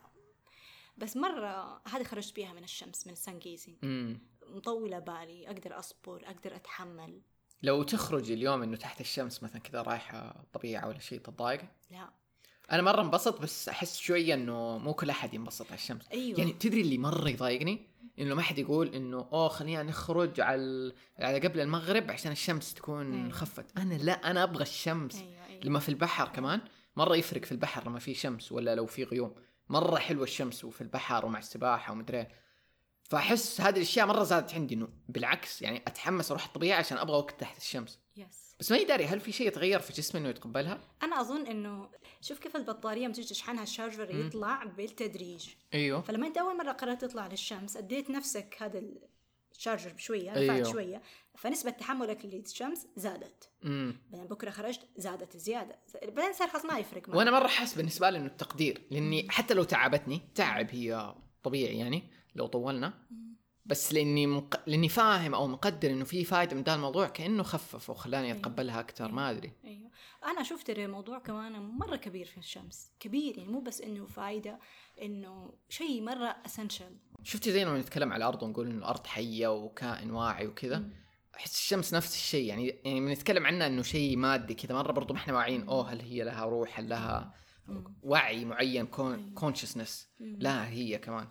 بس مرة هذه خرجت بيها من الشمس، من السان جيزنج. مطولة بالي، أقدر أصبر، أقدر أتحمل. لو تخرج اليوم إنه تحت الشمس مثلا كذا رايحة طبيعة ولا شيء تضايق؟ لا، أنا مرة انبسط، بس أحس شوية إنه مو كل أحد ينبسط على الشمس. يعني تدري اللي مرة يضايقني إنه ما حد يقول إنه خلينا نخرج على قبل المغرب عشان الشمس تكون خفت. أنا لا، أنا أبغى الشمس. لما في البحر كمان مرة يفرق في البحر لما في شمس ولا لو في غيوم، مرة حلوة الشمس وفي البحر ومع السباحة ومدري. فأحس هذه الأشياء مرة زادت عندي، إنه بالعكس يعني أتحمس أروح الطبيعة عشان أبغى وقت تحت الشمس. بس ما يداري هل في شيء يتغير في جسمي إنه يتقبلها؟ أنا أظن إنه شوف كيف البطارية متيجي تشحنها، الشارجر يطلع بالتدريج. فلما أنت أول مرة قررت تطلع للشمس أديت نفسك هذا الشارجر بشوية، رفعت شوية، فنسبة تحملك للشمس زادت. بعدين بكرة خرجت زادت زيادة، بعدين صار خلاص ما يفرق معي. وأنا مرة حاس بالنسبة لي إنه التقدير، لأني حتى لو تعبتني تعب هي طبيعي يعني لو طولنا، بس لاني فاهم او مقدر انه في فائده من ده الموضوع، كانه خفف وخلاني اتقبلها اكثر. ما ادري. انا شفت الموضوع كمان مره كبير في الشمس، كبير يعني، مو بس انه فائده، انه شيء مره اسنشل. شفتي زي ما نتكلم على الارض ونقول انه الارض حيه وكائن واعي وكذا، احس الشمس نفس الشيء. يعني بنتكلم عنها انه شيء مادي كذا، مره برضو ما احنا واعيين هل هي لها روح، هل لها وعي معين، consciousness. لا هي كمان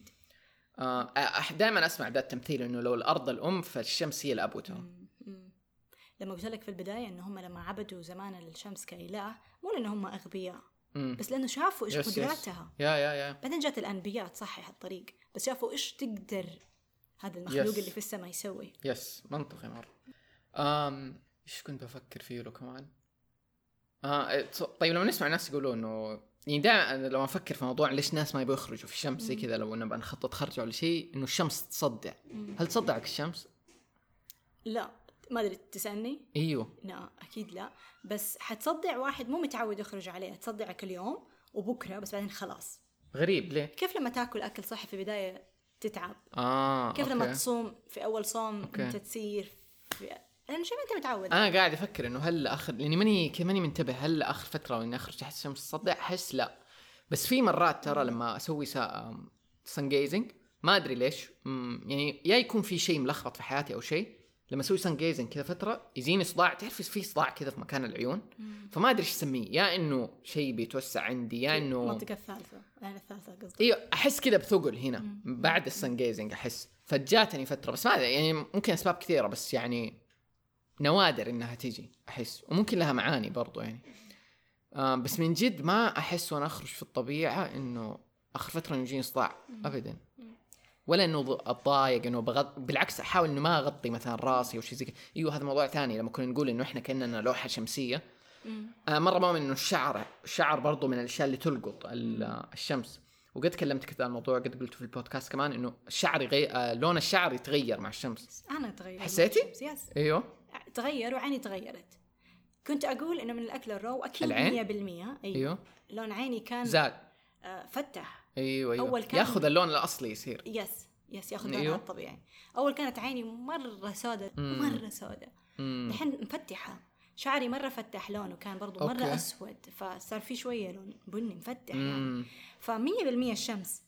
دائما أسمع ذا التمثيل إنه لو الأرض الأم فالشمس هي الأب وتو. لما قلت لك في البداية إنه هم لما عبدوا زمان الشمس كإله، مو لأنه هم أغبياء، بس لأنه شافوا إيش قدراتها. بعدين جات الأنبياء تصحح الطريق، بس شافوا إيش تقدر هذا المخلوق اللي في السماء يسوي. منطقي مرة. إيش كنت بفكر فيه له كمان؟ طيب لما نسمع ناس يقولوا إنه يعني دائما لما أفكر في موضوع ليش ناس ما يبغوا يخرجوا في الشمس زي كذا، لو نبغى نخطط خرجة ولا شيء، إنه الشمس تصدع. هل تصدعك الشمس؟ لا، ما أدري تسألني. لا أكيد لا، بس حتصدع واحد مو متعود يخرج عليه، تصدعك اليوم وبكرة، بس بعدين خلاص. غريب ليه؟ كيف لما تاكل أكل صحي في بداية تتعب؟ كيف لما تصوم في أول صوم أنت تسير لأنه شيء ما أنت متعود. أنا قاعد أفكر إنه هل آخر، لأني ماني منتبه، هل آخر فترة وإني أخرج تحت الشمس تصدع؟ أحس لا، بس في مرات ترى لما أسوي سان جيزنج ما ادري ليش يعني يا يكون في شيء ملخبط في حياتي او شيء، لما اسوي سان جيزنج كذا فتره يجيني صداع، تعرف في صداع كذا في مكان العيون، فما ادري ايش اسميه، يا انه شيء بيتوسع عندي يا انه المنطقه الثالثه، يعني الثالثه قصدي. ايوه احس كذا بثقل هنا بعد السان جيزنج احس، فجاتني فتره بس ما ادري يعني ممكن اسباب كثيره بس يعني نوادر انها تيجي احس، وممكن لها معاني برضو يعني. بس من جد ما احس وانا اخرج في الطبيعه انه اخر فتره يجيني صداع ابدا، ولا انه اتضايق انه بالعكس احاول انه ما اغطي مثلا راسي او شيء زي كذا. ايوه هذا موضوع ثاني، لما كنا نقول انه احنا كاننا لوحه شمسيه، انا مره مؤمن انه الشعر برضو من الاشياء اللي تلقط الشمس، وقد كلمت كذا الموضوع، قد قلت في البودكاست كمان انه الشعر لون الشعر يتغير مع الشمس. انا تغير، حسيتي؟ ايوه تغير، وعيني تغيرت. كنت اقول انه من الاكل الرو اكيد 100%. ايوه لون عيني كان زاد فتح. ايوه اول كان ياخذ اللون الاصلي يصير يس ياخذ لونها الطبيعي. اول كانت عيني مره سوداء مره سوداء، الحين مفتحه. شعري مره فتح لونه، كان برضو مره اسود، فصار في شويه لون بني مفتح يعني. ف100% الشمس.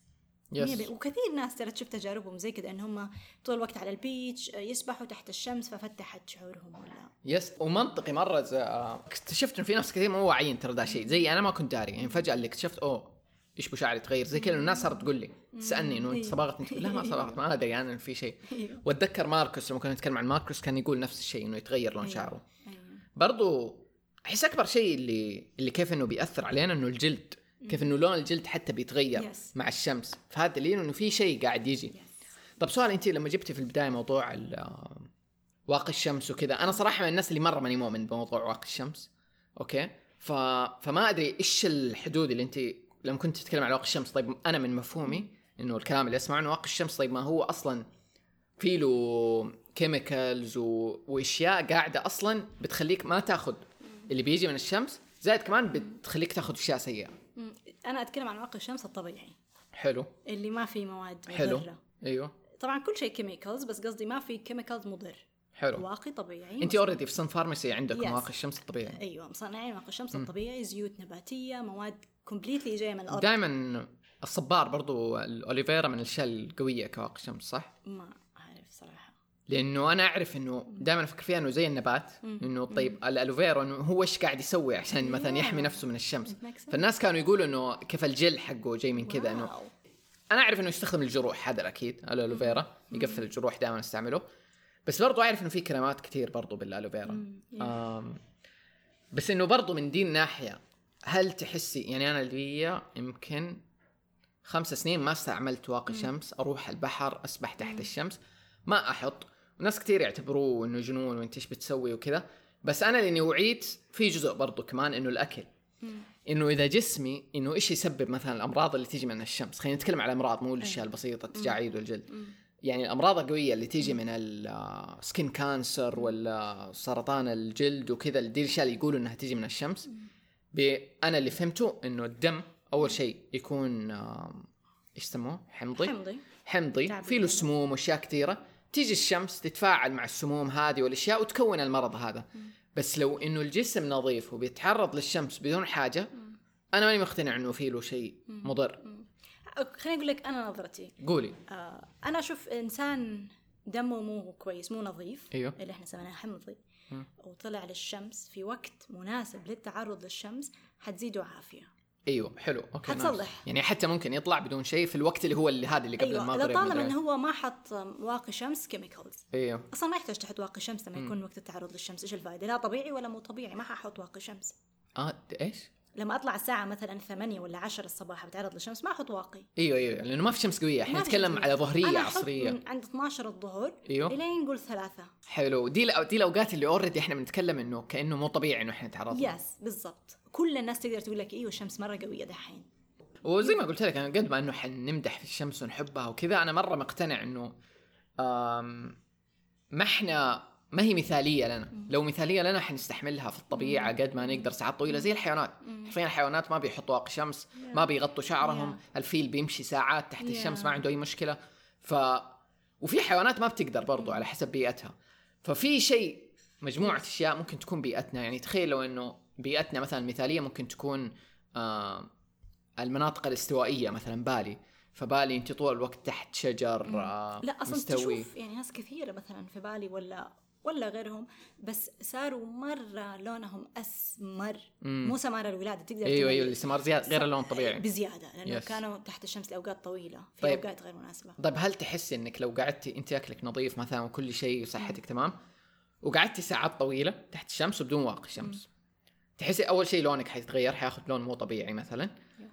وكثير ناس ترى شفت تجاربهم زي كده، ان هم طول الوقت على البيتش يسبحوا تحت الشمس ففتحت شعورهم ولا. ومنطقي مره اكتشفت ان في ناس كثير مو واعيين ترى ده شيء، زي انا ما كنت داري يعني، فجاه اللي اكتشفت ايش بشعري تغير زي كذا، الناس صارت تقول لي تسالني انه انت صبغت، لا ما صبغت، ما ادري يعني في شيء. واتذكر ماركوس لما كنا نتكلم عن ماركوس كان يقول نفس الشيء، انه يتغير لون شعره. برضو احس اكبر شيء اللي كيف انه بيأثر علينا انه الجلد، كيف انه لون الجلد حتى بيتغير مع الشمس، فهذا دليل انه في شيء قاعد يجي. طب سؤال، انت لما جبتي في البدايه موضوع واقي الشمس وكذا، انا صراحه من الناس اللي مره ماني مؤمن بموضوع واقي الشمس، اوكي؟ فما ادري ايش الحدود اللي انت لما كنت تتكلم عن واقي الشمس. طيب انا من مفهومي انه الكلام اللي اسمعه انه واقي الشمس، طيب ما هو اصلا في له كيميكالز واشياء قاعده اصلا بتخليك ما تاخذ اللي بيجي من الشمس، زائد كمان بتخليك تاخذ اشياء سيئه. انا اتكلم عن واقي الشمس الطبيعي. حلو. اللي ما في مواد مضره. حلو. ايوه طبعا كل شيء كيميكالز، بس قصدي ما في كيميكالز مضر. حلو. واقي طبيعي. انت اوريدي في سن فارماسي عندكم واقي الشمس الطبيعي. ايوه مصنعين واقي الشمس الطبيعي، زيوت نباتيه، مواد كومبليتلي جايه من الارض. دائما الصبار برضو الاوليفيرا من الاشياء القويه كواقي الشمس، صح؟ ما اعرف صراحه، لانه انا اعرف انه دائما افكر فيها انه زي النبات، انه طيب الالوفيرا انه هو ايش قاعد يسوي عشان مثلا يحمي نفسه من الشمس. فالناس كانوا يقولوا انه كيف الجل حقه جاي من كذا، انه انا اعرف انه يستخدم الجروح، هذا اكيد الالوفيرا يقفل الجروح، دائما استعمله. بس برضو اعرف انه في كريمات كتير برضو بالالوفيرا. بس انه برضو من دي الناحيه، هل تحسي يعني انا اللي يمكن 5 سنين ما استعملت واقي شمس، اروح البحر اسبح تحت الشمس ما احط، وناس كتير يعتبروه انه جنون وانت ايش بتسوي وكذا، بس انا لاني وعيت في جزء برضو كمان انه الاكل، انه اذا جسمي انه ايش يسبب مثلا الامراض اللي تيجي من الشمس. خلينا نتكلم على الامراض مو الاشياء البسيطه، التجاعيد والجلد، يعني الامراض القويه اللي تيجي من السكين كانسر ولا سرطان الجلد وكذا، دي الاشياء اللي يقولوا انها تيجي من الشمس. انا اللي فهمته انه الدم اول شيء يكون ايش يسموه حمضي في له سموم واشياء كثيره، تيجي الشمس تتفاعل مع السموم هذه والاشياء وتكون المرض هذا. بس لو انه الجسم نظيف وبيتعرض للشمس بدون حاجه، انا ماني مقتنع انه في له شيء مضر. خليني اقول لك انا نظرتي. قولي. انا اشوف انسان دمه مو كويس مو نظيف، أيوه. اللي احنا سميناه حمضي، وطلع للشمس في وقت مناسب للتعرض للشمس، حتزيده عافيه. ايوه حلو اوكي، حتصلح يعني حتى ممكن يطلع بدون شيء في الوقت اللي هو هذا اللي قبل المغرب. اذا طالما انه هو ما حط واقي شمس كيميكالز. ايوه اصلا ما يحتاج تحط واقي شمس لما يكون وقت التعرض للشمس. ايش الفائده؟ لا طبيعي ولا مو طبيعي، ما ححط واقي شمس. ايش لما اطلع الساعه مثلا 8 ولا 10 الصباح بتعرض للشمس ما احط واقي. ايوه لانه ما في شمس قويه، احنا نتكلم على ظهريه عصريه. من عند 12 الظهر أيوه. الين نقول 3. حلو. دي الاوقات اللي اوريدي احنا بنتكلم انه كانه مو طبيعي انه احنا نتعرض. يس بالضبط. كل الناس تقدر تقول لك ايوه الشمس مره قويه دحين. وزي ما قلت لك انا قد ما انه حنمدح في الشمس ونحبها وكذا، انا مره مقتنع انه ما هي مثاليه لنا. لو مثاليه لنا حنستحملها في الطبيعه قد ما نقدر ساعات طويله زي الحيوانات. حرفيا الحيوانات ما بيحطوا واقي شمس، ما بيغطوا شعرهم. الفيل بيمشي ساعات تحت الشمس ما عنده اي مشكله. وفي حيوانات ما بتقدر برضو على حسب بيئتها. ففي شيء مجموعه اشياء ممكن تكون بيئتنا، يعني تخيل لو انه بيئتنا مثلا مثاليه ممكن تكون المناطق الاستوائيه مثلا بالي، فبالي انت طول الوقت تحت شجر لا اصلا مستوي. تشوف يعني ناس كثيره مثلا في بالي ولا غيرهم، بس صاروا مره لونهم اسمر، مو سمار الولاده تقدر ايوه اللي سمار زياده غير اللون الطبيعي بزياده، لانه كانوا تحت الشمس لاوقات طويله في طيب. اوقات غير مناسبه. طيب هل تحسي انك لو قعدتي انت اكلك نظيف مثلا وكل شيء وصحتك تمام وقعدتي ساعات طويله تحت الشمس وبدون واقي شمس، تحسي اول شيء لونك حيتغير، حياخذ لون مو طبيعي مثلا،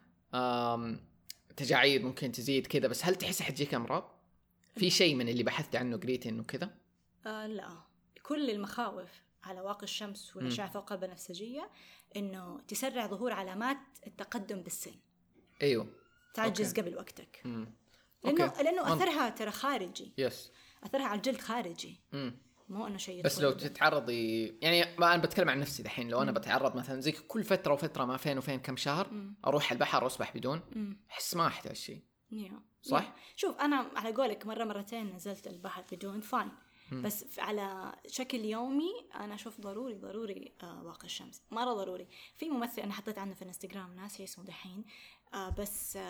تجاعيد ممكن تزيد كذا، بس هل تحسي حتجيك امراض؟ في شيء من اللي بحثت عنه قريتي انه كذا؟ لا، كل المخاوف على واقي الشمس والاشعه فوق البنفسجيه انه تسرع ظهور علامات التقدم بالسن. ايوه تعجز قبل وقتك. أوكي. لانه اثرها ترى خارجي. يس. اثرها على الجلد خارجي. مو انه شيء. بس لو تتعرضي يعني ما انا بتكلم عن نفسي دحين، لو انا بتعرض مثلا زي كل فتره وفتره ما فين وفين كم شهر اروح البحر واسبح بدون، احس ما احتاج شيء. صح. شوف انا على قولك مرتين نزلت البحر بدون فاين، بس على شكل يومي انا اشوف ضروري واقي الشمس، مره ضروري. في ممثل انا حطيت عنه في الانستغرام ناسي اسمه دحين، بس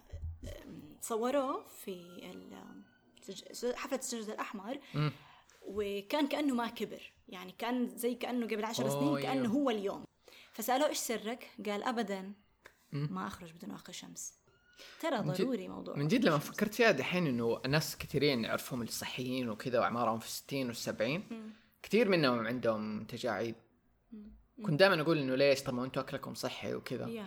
صوروه في حفله السجد الاحمر، وكان كأنه ما كبر، يعني كان زي كأنه قبل 10 سنين كأنه هو اليوم. فسألوه إيش سرك؟ قال أبدا ما أخرج بدون واقي شمس. ترى ضروري موضوع من جد. لما فكرت فيها دحين إنه ناس كثيرين نعرفهم الصحيين وكذا وأعمارهم في 60 و70 كثير منهم عندهم تجاعيد. كنت دائما أقول إنه ليش؟ طب ما أنتوا أكلكم صحي وكذا.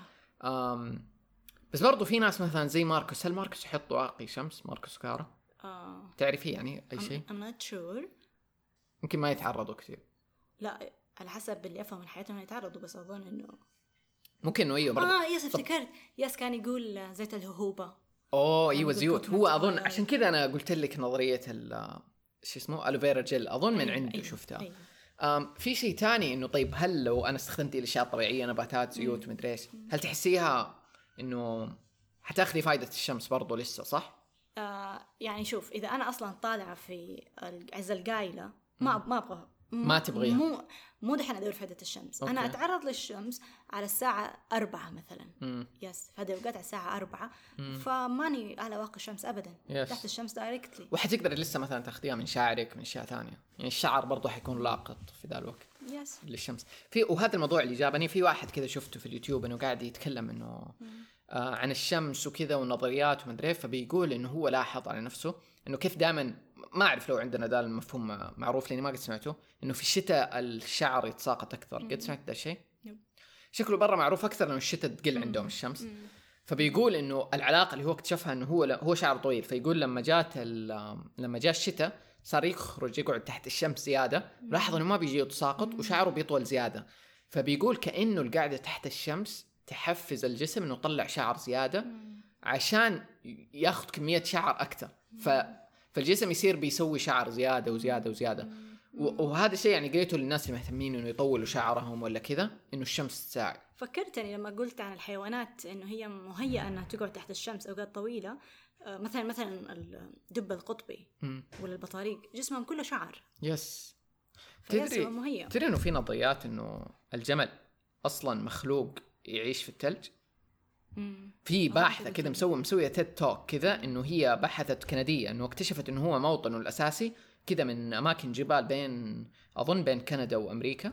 بس برضو في ناس مثلا زي ماركوس. هل ماركوس يحط واقي شمس؟ ماركوس كارا تعرفي يعني أي شيء؟ I'm not sure. يمكن ما يتعرضوا كثير. لا على حسب اللي أفهم من حياتهم يتعرضوا، بس أظن إنه ممكن إنه أيوة برضو. يس افتكرت. يس كان يقول زيت الهوبة. أيوة زيوت. هو أظن عشان كذا أنا قلت لك نظرية شو اسمه ألوفيرا جل، أظن من عنده شفتها. في شيء تاني إنه طيب هل لو أنا استخدمت الأشياء الطبيعية نباتات زيوت مدري إيش، هل تحسيها إنه حتاخذي فايدة الشمس برضو لسه صح؟ يعني شوف إذا أنا أصلاً طالعة في عز القايلة ما أبغى ما تبغيها. مو دحين أدور فائدة الشمس. أوكي. أنا أتعرض للشمس على الساعة 4 مثلاً. يس هذا وقت على الساعة 4 فماني على واقي الشمس أبداً. تحت الشمس دايركتلي. وحتقدر لسه مثلاً تاخديها من شعرك من أشياء ثانية، يعني الشعر برضو حيكون لاقط في ذا الوقت. يس للشمس. وهذا الموضوع اللي جابني في واحد كذا شفته في اليوتيوب إنه قاعد يتكلم إنه عن الشمس وكذا والنظريات ومدري، فبيقول إنه هو لاحظ على نفسه إنه كيف دائما ما أعرف لو عندنا ده المفهوم معروف لأني ما قد سمعته، إنه في الشتاء الشعر يتساقط أكثر. قد سمعت ده الشيء؟ شكله برا معروف أكثر إنه الشتاء تقل عندهم الشمس. فبيقول إنه العلاقة اللي هو اكتشفها إنه هو شعر طويل، فيقول لما جاء الشتاء صار يقعد تحت الشمس زيادة، لاحظ إنه ما بيجي يتساقط وشعره بيطول زيادة. فبيقول كأنه القعدة تحت الشمس تحفز الجسم إنه يطلع شعر زيادة عشان ياخذ كمية شعر أكثر. فالجسم يصير بيسوي شعر زيادة وزيادة وزيادة. وهذا الشيء يعني قلته للناس اللي مهتمين إنه يطولوا شعرهم ولا كذا، إنه الشمس تساعد. فكرتني لما قلت عن الحيوانات إنه هي مهيئة أنها تقعد تحت الشمس أوقات طويلة. مثلا الدب القطبي ولا البطاريق جسمهم كله شعر. يس. تدري إنه في نظريات إنه الجمل أصلاً مخلوق يعيش في الثلج. في باحثة كذا مسوية تيد توك كذا، إنه هي بحثت كندية إنه اكتشفت إنه هو موطنه الأساسي كذا من أماكن جبال بين كندا وأمريكا،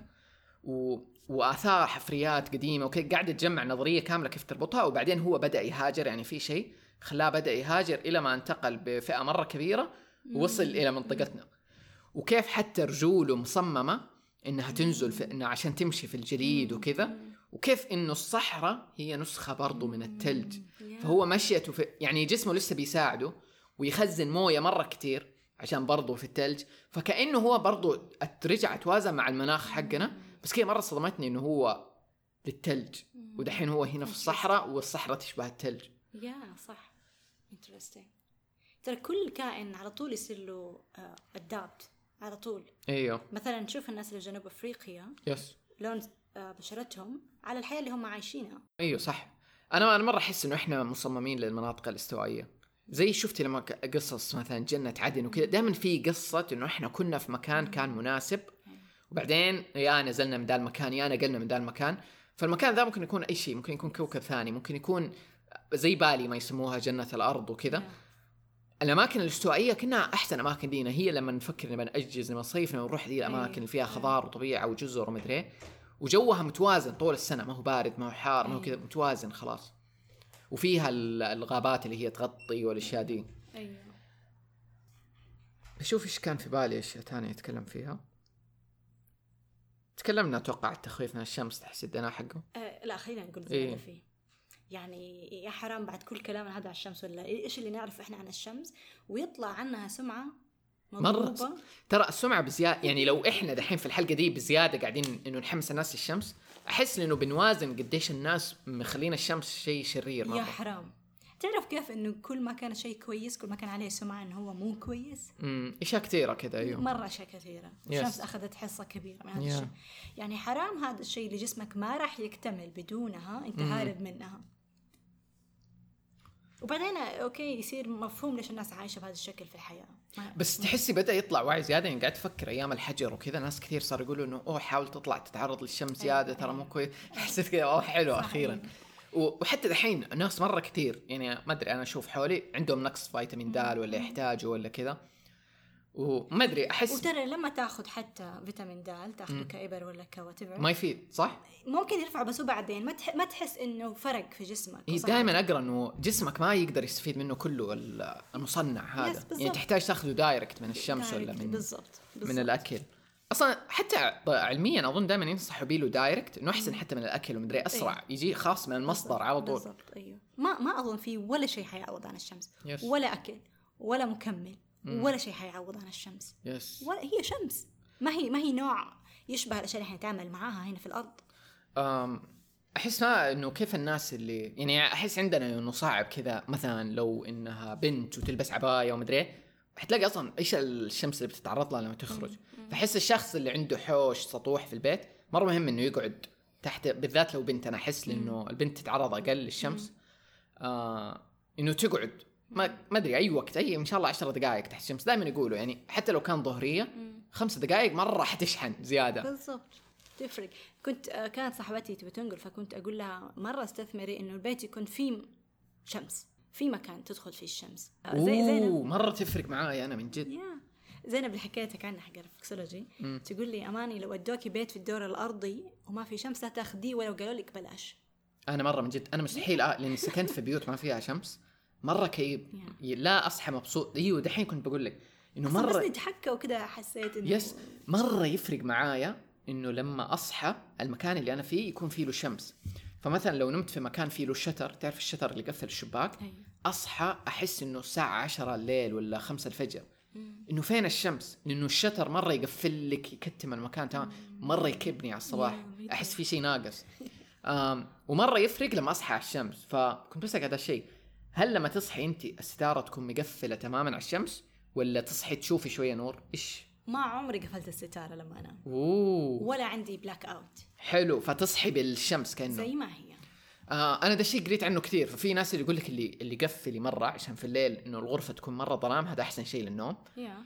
وآثار حفريات قديمة وكذا. قاعدة تجمع نظرية كاملة كيف تربطها. وبعدين هو بدأ يهاجر، يعني في شيء خلاه بدأ يهاجر إلى ما انتقل بفئة مرة كبيرة ووصل إلى منطقتنا. وكيف حتى رجوله مصممة إنها تنزل إنه عشان تمشي في الجليد وكذا. وكيف إنه الصحراء هي نسخة برضو من الثلج. فهو مشيته يعني جسمه لسه بيساعده ويخزن موية مرة كتير عشان برضو في الثلج. فكأنه هو برضو رجع توازن مع المناخ حقنا. بس كده مرة صدمتني إنه هو للثلج ودحين هو هنا في الصحراء والصحراء تشبه الثلج. صح. interesting. ترى كل كائن على طول يصير له adapt على طول. ايوه. مثلا نشوف الناس اللي جنوب افريقيا لون بشرتهم على الحياة اللي هم عايشينها. ايوه صح. انا مرة احس انه احنا مصممين للمناطق الاستوائية. زي شفتي لما قصص مثلا جنة عدن وكذا، دائما في قصة انه احنا كنا في مكان كان مناسب وبعدين يا نزلنا من ذا المكان يا نقلنا من ذا المكان. فالمكان ذا ممكن يكون اي شيء، ممكن يكون كوكب ثاني، ممكن يكون زي بالي ما يسموها جنة الأرض وكذا. الأماكن الاستوائية كنا أحسن أماكن لينا، هي لما نفكر نبى نأجز نبى نصيف نروح دي الأماكن اللي فيها خضار وطبيعة وجزر ومدري، وجوها متوازن طول السنة، ما هو بارد ما هو حار ما هو كذا، متوازن خلاص. وفيها الغابات اللي هي تغطي والأشياء دي. أيوة. بشوف إيش كان في بالي أشياء تانية أتكلم فيها. تكلمنا أتوقع التخفيف من الشمس، تحس الدنا حقه. لا خلينا نقول زيادة فيه. يعني يا حرام بعد كل كلام هذا على الشمس، ولا إيش اللي نعرف إحنا عن الشمس ويطلع عنها سمعة مرة. ترى السمعة بزيادة، يعني لو إحنا دحين في الحلقة دي بزيادة قاعدين إنه نحمس الناس للشمس، أحس إنه بنوازن قديش الناس مخلين الشمس شيء شرير مرة. يا حرام. تعرف كيف إنه كل ما كان شيء كويس كل ما كان عليه سمعة إنه هو مو كويس. أشياء كثيرة كذا. أيوه مرة أشياء كثيرة. الشمس أخذت حصة كبيرة من هذا الشيء. يعني حرام هذا الشيء اللي جسمك ما راح يكتمل بدونها، أنت هارب منها. وبعدين أوكي يصير مفهوم ليش الناس عايشة بهذا الشكل في الحياة. بس تحسي بدأ يطلع وعي زيادة. يعني قاعد أفكر أيام الحجر وكذا ناس كثير صار يقولوا إنه حاول تطلع تتعرض للشمس زيادة ترى مو كويس. حسيت كذا حلو أخيرا. وحتى دحين الناس مرة كتير يعني ما أدري، أنا أشوف حولي عندهم نقص فيتامين د ولا يحتاجوا ولا كذا، وما أدري أحس. وترى لما تأخذ حتى فيتامين د تأخذه كإبر ولا كواتيفر ما يفيد صح؟ ممكن يرفع بس بعدين ما تحس إنه فرق في جسمك. دائما أقرأ إنه جسمك ما يقدر يستفيد منه كله المصنع هذا. يعني تحتاج تاخذه دايركت من الشمس ولا من بالزبط. من الأكل. أصلا حتى علميا أظن دائما ينصحوا بيله دايركت إنه أحسن حتى من الأكل ومدري أسرع. يجي خاص من المصدر على طول. بالضبط. أيوه ما أظن فيه ولا شيء حيعوض عن الشمس. ولا أكل ولا مكمل ولا شيء حيعوض عن الشمس. ولا هي شمس، ما هي نوع يشبه الأشياء اللي حنتعامل معاها هنا في الأرض. أحس إنه كيف الناس اللي يعني أحس عندنا إنه صعب كذا، مثلا لو إنها بنت وتلبس عباية ومدري حتلاقي أصلا إيش الشمس اللي بتتعرض لها لما تخرج. فحس الشخص اللي عنده حوش سطوح في البيت مرة مهم إنه يقعد تحت، بالذات لو بنت. أنا أحس لأنه البنت تتعرض أقل للشمس. إنه تقعد ما أدري أي وقت، أي إن شاء الله 10 دقائق تحت الشمس. دائما يقولوا يعني حتى لو كان ظهرية 5 دقائق مرة حتشحن زيادة. بالضبط تفرق. كانت صاحبتي تبي تنقل، فكنت أقول لها مرة استثمري إنه البيت يكون فيه شمس، في مكان تدخل فيه الشمس. زينب مرة تفرق معايا أنا من جد. زينب اللي حكيتك عنها حق الفكسولوجي تقول لي أماني لو أدوكي بيت في الدور الأرضي وما في شمس لا تاخديه ولو قالوا لك بلاش. أنا مرة من جد أنا مستحيل لأني سكنت في بيوت ما فيها شمس مرة كئيب. لا أصحى مبسوط. دحين كنت بقول لك إنه مرة بس نتحكى وكذا حسيت إنه مرة يفرق معايا إنه لما أصحى المكان اللي أنا فيه يكون فيه له شمس. فمثلا لو نمت في مكان فيه له الشتر، تعرف الشتر اللي قفل الشباك، أصحى أحس إنه الساعة 10 الليل ولا 5 الفجر إنه فين الشمس، لأنه الشتر مرة يقفل لك يكتم المكان تمام، مرة يكبني على الصباح أحس في شيء ناقص. ومرة يفرق لما أصحى على الشمس. فكنت بسأل هذا الشيء، هل لما تصحي أنت الستارة تكون مقفلة تماما على الشمس ولا تصحي تشوفي شوية نور؟ إيش؟ ما عمري قفلت الستارة لما أنام. ولا عندي بلاك أوت. حلو. فتصحي بالشمس كأنه زي ما هي. أنا ده الشيء قريت عنه كثير. ففي ناس اللي يقول لك اللي قفلي مرة عشان في الليل إنه الغرفة تكون مرة ظلام، هذا أحسن شيء للنوم.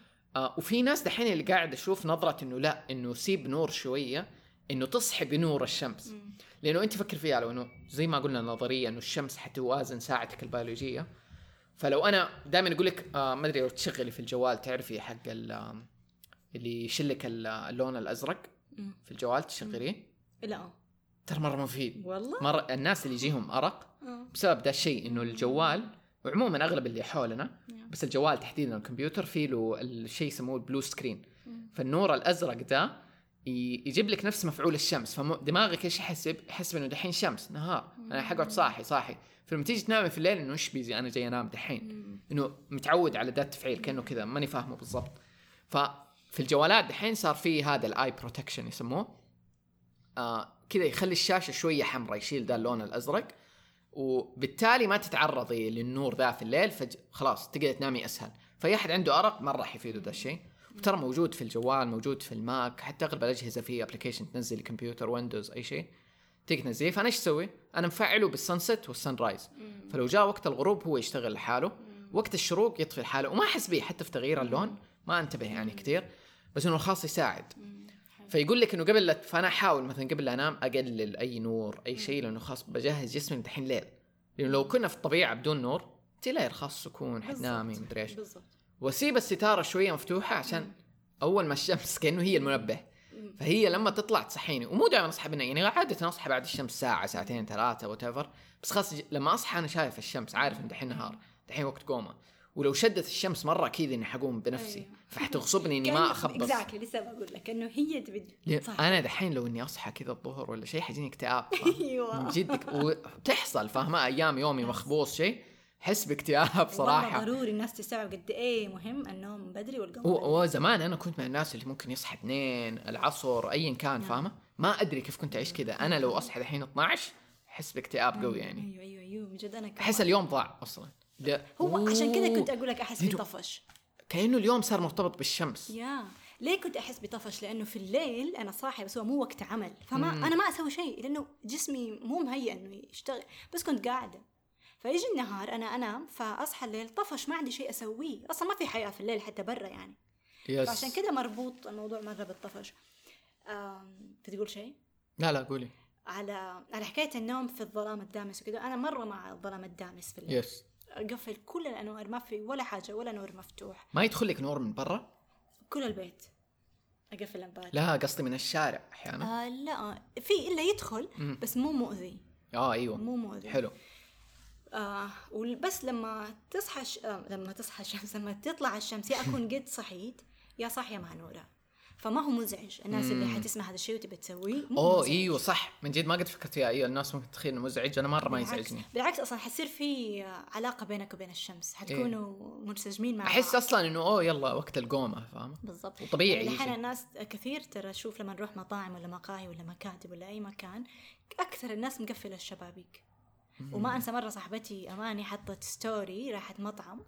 وفي ناس دحين اللي قاعد أشوف نظرة إنه لا، إنه سيب نور شوية، إنه تصحي بنور الشمس. لأنه أنت فكر فيها، لو إنه زي ما قلنا النظرية إنه الشمس حتوازن ساعتك البيولوجية. فلو أنا دائما أقول لك ما أدري لو تشغلي في الجوال تعرفي حق اللي يشلك اللون الأزرق في الجوال تشغليه. لا ترى مرة مفيد والله. مرة الناس اللي يجيهم أرق بسبب ده الشيء، إنه الجوال وعموما أغلب اللي حولنا بس الجوال تحديدا الكمبيوتر فيه له الشيء يسموه البلو سكرين. فالنور الأزرق ده يجيب لك نفس مفعول الشمس. فدماغك إيش يحسب إنه دحين شمس نهار، أنا حقعد صاحي. فلما تيجي تنامي في الليل إنه إيش بيزي أنا جاي أنام دحين، إنه متعود على ده التفعيل كأنه كذا ماني فاهمه بالضبط. ففي الجوالات دحين صار فيه هذا الآي بروتكشن يسموه، كذا يخلي الشاشة شوية حمراء، يشيل ده اللون الأزرق، وبالتالي ما تتعرضي للنور ذا في الليل، خلاص تقدر تنامي أسهل. فأي أحد عنده أرق مرة حيفيده ده الشيء. وترى موجود في الجوال، موجود في الماك، حتى أغلب الأجهزة فيه أبليكيشن تنزل كمبيوتر ويندوز أي شيء تيجي تنزليه. فأنا إيش سوي؟ أنا مفعله بالسنست والسن رايز، فلو جاء وقت الغروب هو يشتغل لحاله، وقت الشروق يطفي لحاله، وما أحس بيه حتى في تغيير اللون ما انتبه يعني كتير، بس إنه خاص يساعد. فيقول لك إنه فأنا أحاول مثلا قبل أنام أقلل أي نور أي شيء، لأنه خاص بجهز جسمي دحين ليل، لأنه لو كنا في الطبيعة بدون نور تلاقي الخاص سكون حتنامي مدري إيش. وسيب الستارة شوية مفتوحة عشان أول ما الشمس كأنه هي المنبه، فهي لما تطلع تصحيني. ومو دائما أصحى بالنهار، يعني عادة أصحى بعد الشمس ساعة ساعتين ثلاثة وتفر، بس خاص لما أصحى أنا شايف الشمس، عارف إن دحين نهار، دحين وقت قومة. ولو شدت الشمس مرة كذا إني حقوم بنفسي فحتغصبني إني ما أخبص. لسه بقول لك إنه هي أنا دحين لو إني أصحى كذا الظهر ولا شيء حيجيني اكتئاب من جدك. وتحصل فاهمة أيام يومي مخبوص شيء حس باكتئاب صراحة. ضروري الناس تستوعب قد إيه مهم النوم بدري والقوم بدري. وزمان أنا كنت من الناس اللي ممكن يصحى 2 العصر أيا كان. فاهمة ما أدري كيف كنت أعيش كذا. أنا لو أصحى الحين 12 حس باكتئاب قوي يعني. أيوة من جد أنا أحس اليوم ضاع أصلا. هو عشان كذا كنت أقول لك أحس بطفش، كأنه اليوم صار مرتبط بالشمس. ليه كنت أحس بطفش؟ لأنه في الليل أنا صاحي بس هو مو وقت عمل، فما أنا ما أسوي شيء لأنه جسمي مو مهيئ إنه يشتغل، بس كنت قاعدة. فيجي النهار أنا أنام فأصحى الليل طفش، ما عندي شيء أسويه أصلا، ما في حياة في الليل حتى برا يعني. فعشان كذا مربوط الموضوع مرة بالطفش. تقول شيء؟ لا قولي. على حكاية النوم في الظلام الدامس وكذا، أنا مرة مع الظلام الدامس في الليل. أقفل كل الأنوار، ما في ولا حاجة ولا نور مفتوح. ما يدخل لك نور من برا؟ كل البيت أقفل الأنوار. لا قصدي من الشارع أحيانا. لا في إلا يدخل بس مو مؤذي. أيوة مو مؤذي. حلو. بس لما تصحى الشمس، لما تطلع الشمس يا أكون قد صحيت يا صاحية مع نورة، فما هو مزعج. الناس اللي حتسمع هذا الشيء وتبي تسويه ايوه صح من جد ما قد فكرت فيها. ايوه الناس ممكن تتخيل انه مزعج، انا مره ما يزعجني. بالعكس اصلا حتصير في علاقه بينك وبين الشمس، حتكونوا منسجمين مع بعض. احس اصلا انه يلا وقت القومه فاهمه بالضبط. وطبيعي يعني الحين الناس كثير ترى شوف لما نروح مطاعم ولا مقاهي ولا مكاتب ولا اي مكان، اكثر الناس مقفله الشبابيك. وما انسى مره صاحبتي اماني حطت ستوري راحت مطعم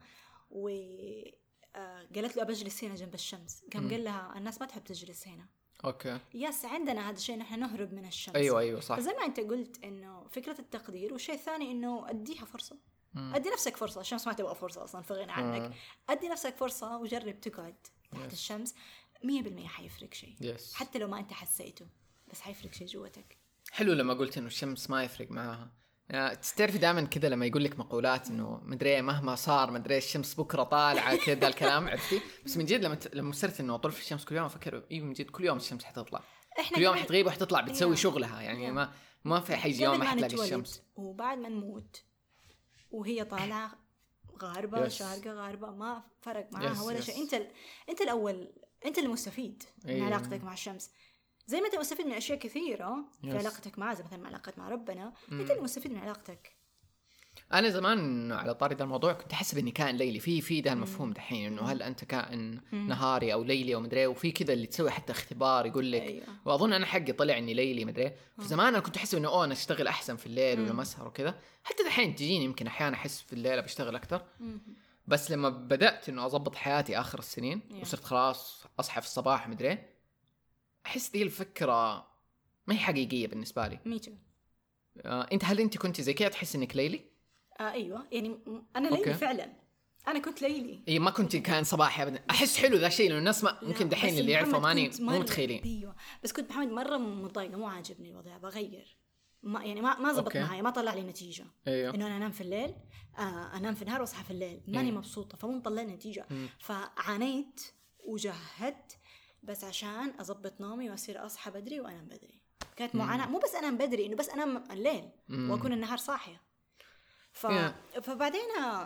قالت له أبجلس هنا جنب الشمس، قال لها الناس ما تحب تجلس هنا. اوكي يس عندنا هذا الشيء، نحن نهرب من الشمس. ايوه صح. فزي ما انت قلت انه فكرة التقدير، والشيء الثاني انه اديها فرصة. ادي نفسك فرصة، الشمس ما تبغى فرصة اصلا فغنى عنك. ادي نفسك فرصة وجرب تقعد تحت الشمس، 100% حيفرق شيء. حتى لو ما انت حسيته بس حيفرق شيء جوتك. حلو لما قلت انه الشمس ما يفرق معاها. تعرف دائما كذا لما يقول لك مقولات انه مدري مهما صار مدري الشمس بكره طالعه كذا الكلام عرفتي. بس من جد لما صرت انه اطول في الشمس كل يوم افكر ايوه من جد كل يوم الشمس حتطلع، كل يوم حتغيب وحتطلع بتسوي شغلها يعني. ما في حيجي يوم ما حتلاقي الشمس. وبعد ما نموت وهي طالعه غاربه شارقه غاربه ما فرق معاها ولا شيء. انت الاول، انت المستفيد من علاقتك مع الشمس. زي ما انت مستفيد من اشياء كثيره في علاقتك معها، زي مثلا علاقتك مع ربنا، انت المستفيد من علاقتك. انا زمان على طاري ذا الموضوع كنت احسب اني كائن ليلي، في ده المفهوم دحين انه هل انت كائن نهاري او ليلي او مدري، وفي كذا اللي تسوي حتى اختبار يقول لك واظن انا حقي طلع اني ليلي مدري. في زمان انا كنت احسب انه انا اشتغل احسن في الليل ولا مسهر وكذا. حتى دحين تجيني يمكن احيانا احس في الليل بشتغل اكثر. بس لما بدات انه اضبط حياتي اخر السنين وصرت خلاص اصحى في الصباح مدري، احس دي الفكره ما هي حقيقيه بالنسبه لي. ميتو. انت هل انت كنت زي كذا تحس انك ليلي؟ ايوه يعني انا ليلي فعلا، انا كنت ليلي. ما كنت كان صباحي ابدا. احس حلو ذا الشيء لانه الناس ممكن دحين اللي يعرفوا ماني مو متخيلين. ايوه بس كنت محمد مره متضايقه، مو عاجبني الوضع، بغير ما زبط معي، ما طلع لي نتيجه. انه انا انام في الليل، انام في النهار واصحى في الليل، ماني مبسوطه، فمو مطلع نتيجه. فعانيت وجهدت بس عشان اضبط نومي واصير اصحى بدري وانام بدري. كانت معاناه، مو بس انام بدري، انه بس انام الليل واكون النهار صاحيه. فبعدين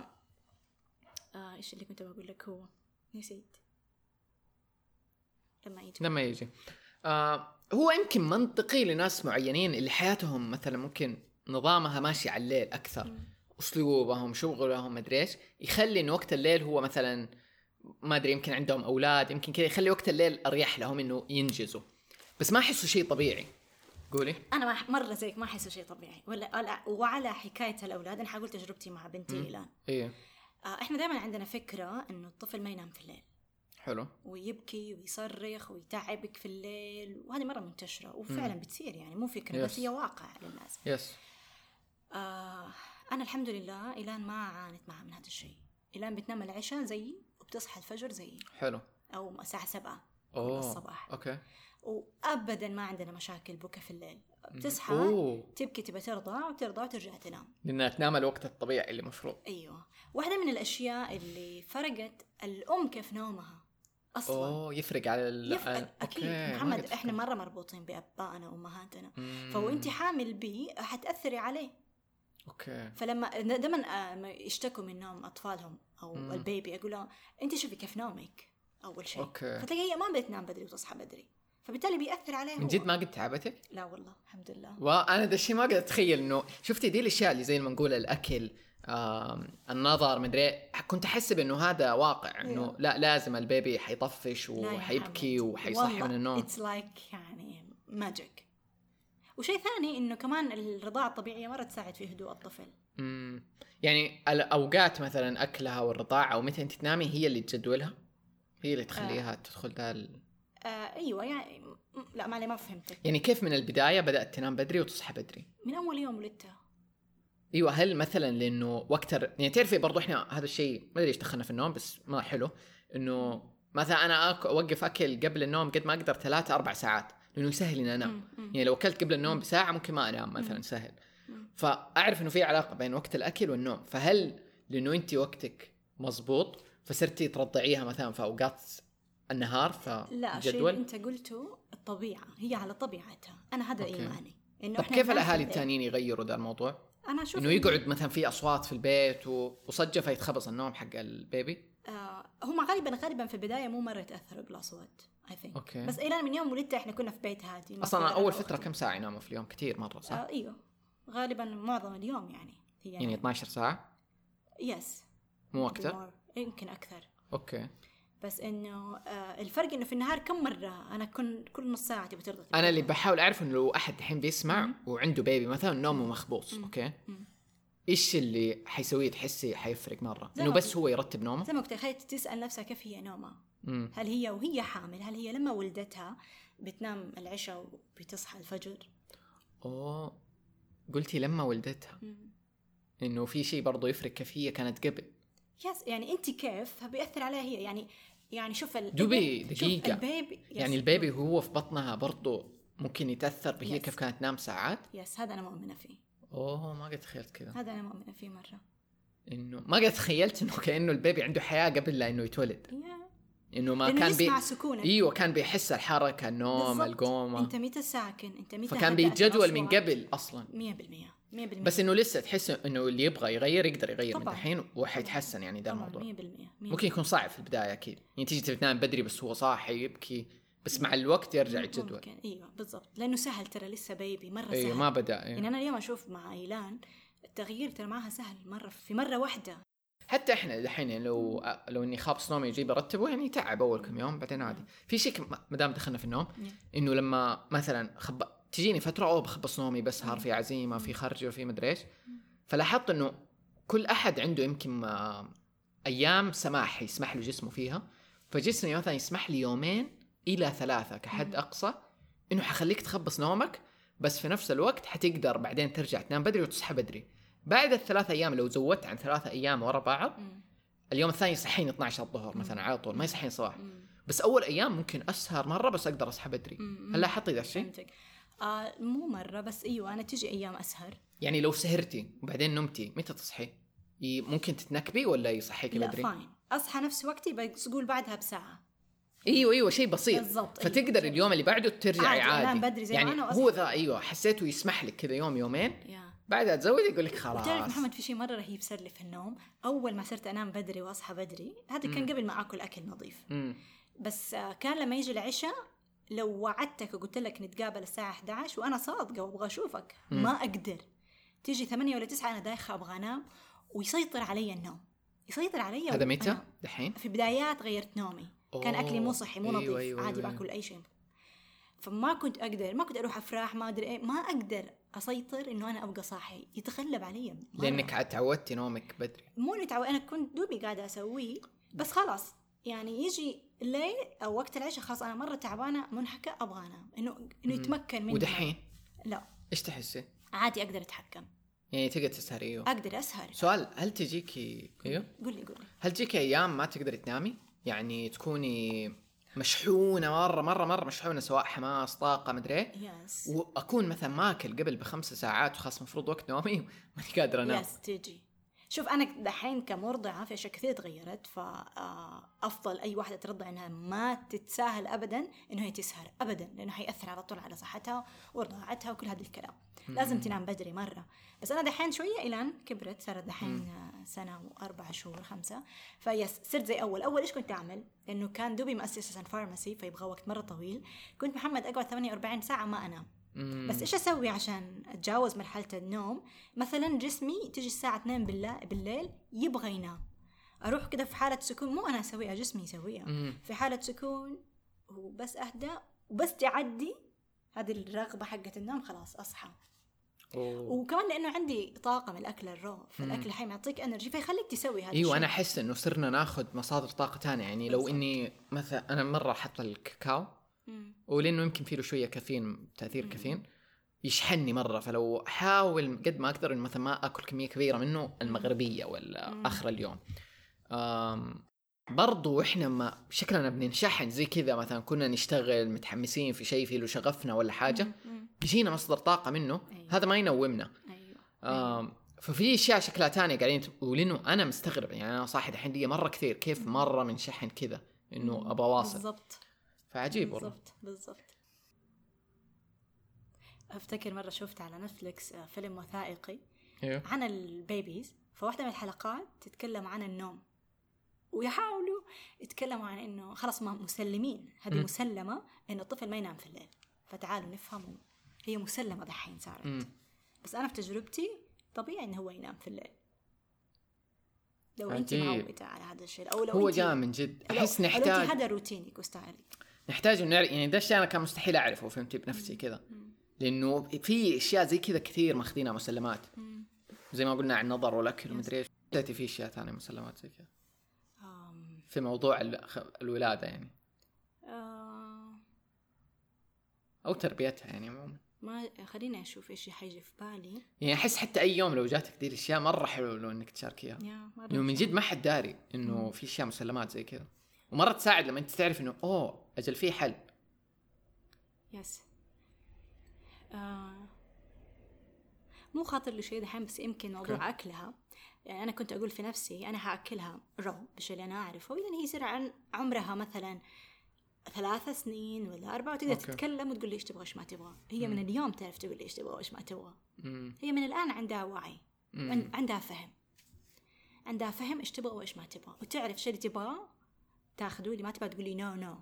ايش اللي كنت بقول لك؟ هو نسيت. لما يجي هو يمكن منطقي لناس معينين اللي حياتهم مثلا ممكن نظامها ماشي على الليل اكثر، اسلوبهم شغلهم مدري ايش يخلي انه وقت الليل هو مثلا ما ادري يمكن عندهم اولاد يمكن كذا يخلي وقت الليل اريح لهم انه ينجزوا، بس ما احسوا شيء طبيعي. قولي. انا مره زيك ما احسه شيء طبيعي وعلى حكايه الاولاد انا حقول تجربتي مع بنتي الان. احنا دائما عندنا فكره انه الطفل ما ينام في الليل. حلو. ويبكي ويصرخ ويتعبك في الليل، وهذه مره منتشره وفعلا بتصير، يعني مو فكره بس هي واقع للناس. انا الحمد لله الان ما عانت معها من هذا الشيء. الان بتنام العشاء زيي وبتصحى الفجر زيي. حلو. او الساعه 7 الصباح. اوكي. وابدا ما عندنا مشاكل بكى في الليل. بتصحى تبكي تبى ترضع وترجع تنام لأنها تنام الوقت الطبيعي اللي مفروض. أيوة. واحدة من الأشياء اللي فرقت الأم كيف نومها أصلاً. يفرق على أكيد محمد إحنا مرة مربوطين بأبائنا وأمهاتنا. فوانتي حامل بيه حتأثري عليه. فلما دائما يشتكوا من نوم أطفالهم أو البيبي أقول لهم أنت شوفي كيف نومك أول شيء. فتلاقي هي ما بتنام بدري وتصحى بدري، فبالتالي بيأثر عليه. من جد ما قد تعبتك؟ لا والله الحمد لله. وأنا ده الشيء ما قد أتخيل إنه شفتي دي الأشياء اللي زي ما نقول الأكل النظر مدري، كنت أحسب إنه هذا واقع إنه لا لازم البيبي حيطفش وحيبكي وحيصحي من النوم. It's like يعني ماجيك. وشيء ثاني إنه كمان الرضاعة الطبيعية مرة تساعد في هدوء الطفل. يعني الأوقات مثلا أكلها والرضاعة ومتى أنت تنامي هي اللي تجدولها، هي اللي تخليها تدخل ده أيوة يعني لا ما فهمتك. يعني كيف من البداية بدأت تنام بدري وتصحى بدري؟ من أول يوم ولدتها. ايوه. هل مثلا لانه وقت يعني تعرفي برضو احنا هذا الشيء ما ادري ايش دخلنا في النوم بس ما حلو انه مثلا انا اوقف اكل قبل النوم قد ما اقدر 3-4 ساعات لانه يسهل اني انام. يعني لو اكلت قبل النوم بساعه ممكن ما انام مثلا سهل. فاعرف انه في علاقه بين وقت الاكل والنوم. فهل لانه انت وقتك مزبوط فصرتي ترضعيها مثلا في اوقات النهار لا الشيء اللي انت قلته الطبيعه هي على طبيعتها. انا هذا ايماني انه طب كيف الاهالي الثانيين يغيروا ذا الموضوع؟ أنا أشوف إنه يقعد مثلا في أصوات في البيت وصجة فيتخبص النوم حق البيبي. هم غالبا في البداية مو مرة يتأثروا بالأصوات I think. بس إلى من يوم ولدت إحنا كنا في بيت هادي. أصلا أول فترة كم ساعة يناموا في اليوم؟ كتير مرة صح؟ أيوه غالبا معظم اليوم يعني هي يعني 12 ساعة؟ يس مو أكتر؟ يمكن أكثر. بس إنه الفرق إنه في النهار كم مرة أنا كل نص ساعة تبي ترضى. أنا اللي بحاول أعرف إنه لو أحد الحين بيسمع وعنده بيبي مثلا نومه مخبوص إيش اللي حيسويه تحسي حيفرق مرة؟ إنه بس هو يرتب نومه. زي ما قلت خليت تسأل نفسها كيف هي نومها. هل هي وهي حامل هل هي لما ولدتها بتنام العشاء وبتصحى الفجر؟ قلتي لما ولدتها إنه في شيء برضو يفرق كيف هي كانت قبل. يس يعني انت كيف بيأثر عليها هي يعني شوف دوبي دقيقة البيبي يعني البيبي وهو في بطنها برضو ممكن يتأثر بهي كيف كانت تنام ساعات. يس هذا أنا مؤمنة فيه. ما قد تخيلت كذا. هذا أنا مؤمنة فيه مرة. إنه ما قد تخيلت إنه كأنه البيبي عنده حياة قبل لا إنه يتولد. إنه ما كان يسمع سكونك. أيوة كان بيحس الحركة النوم القومة. أنت متى ساكن أنت متى. فكان بيتجدول من قبل أصلا. 100%. بس إنه لسه تحس إنه اللي يبغى يغير يقدر يغير من الحين وحيتحسن يعني ده الموضوع. 100%. ممكن يكون صعب في البداية أكيد يعني تيجي تنام بدري بس هو صاحي يبكي بس مع الوقت يرجع يتجدول. أيوة بالضبط لأنه سهل ترى لسه بيبي مرة سهل. أيوة ما بدأ يعني أنا اليوم أشوف مع إيلان التغيير ترى معها سهل مرة في مرة واحدة. حتى إحنا الحين يعني لو إني خابص نومي يجيب أرتبه يعني تعب أول كم يوم بعدين عادي. في شيء مدام دخلنا في النوم إنه لما مثلا تجيني فترة بخبص نومي بس هار في عزيمة في خرجة وفي مدري إيش. فلاحظت إنه كل أحد عنده يمكن أيام سماح يسمح له جسمه فيها. فجسمي مثلا يسمح لي 2 إلى 3 كحد أقصى إنه حخليك تخبص نومك بس في نفس الوقت حتقدر بعدين ترجع تنام بدري وتصحى بدري. بعد ال3 أيام لو زودت عن 3 أيام ورا بعض اليوم الثاني يصحيني 12 الظهر مثلا على طول ما يصحيني صباح. بس أول أيام ممكن أسهر مرة بس أقدر أصحى بدري. هل لاحظتي ذا الشيء؟ مو مرة بس أيوة أنا تيجي أيام أسهر. يعني لو سهرتي وبعدين نمتي متى تصحي؟ ممكن تتنكبي ولا يصحيك بدري؟ لا فاين أصحى نفس وقتي بقول بعدها بساعة. ايوه شيء بسيط بالضبط. فتقدر اليوم اللي بعده ترجعي عادي بدري زي يعني هو ذا ايوه حسيته يسمح لك كذا يومين بعدها تزود يقول لك خلاص. وتعرف محمد في شيء مره رهيب صار لي في النوم اول ما صرت انام بدري واصحى بدري. هذا كان قبل ما اكل اكل نظيف. بس كان لما يجي العشاء لو وعدتك وقلت لك نتقابل الساعه 11 وانا صادقه وابغى اشوفك ما اقدر. تيجي 8 ولا 9 انا دايخه ابغى انام ويسيطر علي النوم يسيطر علي. هذا متى دحين؟ في بدايات غيرت نومي كان أكلي مو صحي مو نظيف. عادي باكل أي شيء. فما كنت أقدر ما كنت أروح أفراح ما أدري ما أقدر أسيطر إنه أنا أبقى صاحي يتغلب علي لأنك تعودتي نومك بدري. مو إني أنا كنت دوبي قاعدة أسويه بس خلاص يعني يجي الليل أو وقت العشاء خلاص أنا مرة تعبانة منحكة أبغى أنام إنه يتمكن مني. ودحين لا إيش تحسي؟ عادي أقدر أتحكم يعني تقدر تسهري. أقدر أسهر. سؤال هل تجيكي قولي هل تجيكي أيام ما تقدري تنامي يعني تكوني مشحونه مره مشحونه، سواء حماس طاقه مدري، يس واكون مثلا ماكل قبل ب5 ساعات وخاص مفروض وقت نومي ماني قادر انام. يس تيجي. شوف أنا دحين كمرضعة في أشياء كثير تغيرت، فأفضل أي واحدة ترضع إنها ما تتساهل أبدا إنه هي تسهر أبدا، لأنه حيأثر على طول على صحتها ورضاعتها وكل هذا الكلام. لازم تنام بدري مرة. بس أنا دحين شوية إلان كبرت، صارت دحين 1 سنة و4 شهور 5، فيس صرت زي أول إيش كنت أعمل؟ لأنه كان دوبي مؤسسة فارماسي فيبغى وقت مرة طويل، كنت محمد أقعد 48 ساعة ما أنام. بس إيش أسوي عشان أتجاوز مرحلة النوم؟ مثلا جسمي تجي الساعة 2 بالليل يبغى ينام، أروح كده في حالة سكون، مو أنا أسويها جسمي يسويها، في حالة سكون وبس أهدى وبس تعدي هذه الرغبة حقة النوم خلاص أصحى. وكمان لأنه عندي طاقة من الأكل الرو، فالأكل حي معطيك إنرجي فيخليك تسوي هذا الشيء. أيوة أنا أحس إنه صرنا ناخذ مصادر طاقة تانية، يعني لو إني مثلا أنا مرة أحط الكاكاو ولأنه يمكن فيه له شوية كافيين، تأثير كافيين يشحنني مرة، فلو حاول قد ما أقدر إنه مثلا ما أكل كمية كبيرة منه المغربية ولا آخر اليوم. برضو إحنا ما شكلنا بننشحن زي كذا، مثلا كنا نشتغل متحمسين في شيء فيه له شغفنا ولا حاجة يجينا مصدر طاقة منه. أيوة. هذا ما ينومنا. أيوة. ففي أشياء شكلها تانية قاعدين ولأنه أنا مستغرب، يعني أنا صاحي الحين دي مرة كثير كيف مرة من شحن كذا إنه أبى واصل. بالضبط. فعجيب والله. بالضبط. أفتكر مرة شفت على نتفليكس فيلم وثائقي عن البيبيز، فواحدة من الحلقات تتكلم عن النوم، ويحاولوا يتكلموا عن إنه خلاص ما مسلمين، هذه مسلمة إنه الطفل ما ينام في الليل، فتعالوا نفهم هي مسلمة دحين صارت. بس أنا في تجربتي طبيعي إنه هو ينام في الليل لو أنت معودة على هذا الشيء، أو لو هو جاء من جد. أحس نحتاج هذا روتينك وستايلك، نحتاج نعرف يعني ده الشيء أنا كان مستحيل أعرفه، فهمتي بنفسي كذا، لأنه في أشياء زي كذا كثير ماخذينها مسلمات، زي ما قلنا عن النظر والأكل ومدري إيش. تأتي في أشياء ثانية مسلمات زي كذا في موضوع الولادة يعني أو تربيتها يعني عموما. ما خليني أشوف إيش حيجي في بالي. يعني أحس حتى أي يوم لو جاتك دي الأشياء مرة حلو لو إنك تشاركيها، لأنه من جد ما حد داري إنه في أشياء مسلمات زي كذا، ومرة تساعد لما أنت تعرف إنه أجل فيه حل. يس مو خاطر لي شيء دحين، بس يمكن موضوع أكلها. يعني أنا كنت أقول في نفسي أنا هأكلها رو بالشيء اللي أنا أعرفه، إذا هي يصير عن عمرها مثلا 3 سنين ولا 4 وتقدر تتكلم وتقول لي إيش تبغى إيش ما تبغى. هي من اليوم تعرف تقول لي إيش تبغى وإيش ما تبغى. هي من الآن عندها وعي، عندها فهم إيش تبغى وإيش ما تبغى، وتعرف شيء اللي تبغى تاخذه، اللي ما تبغى تقول لي نو.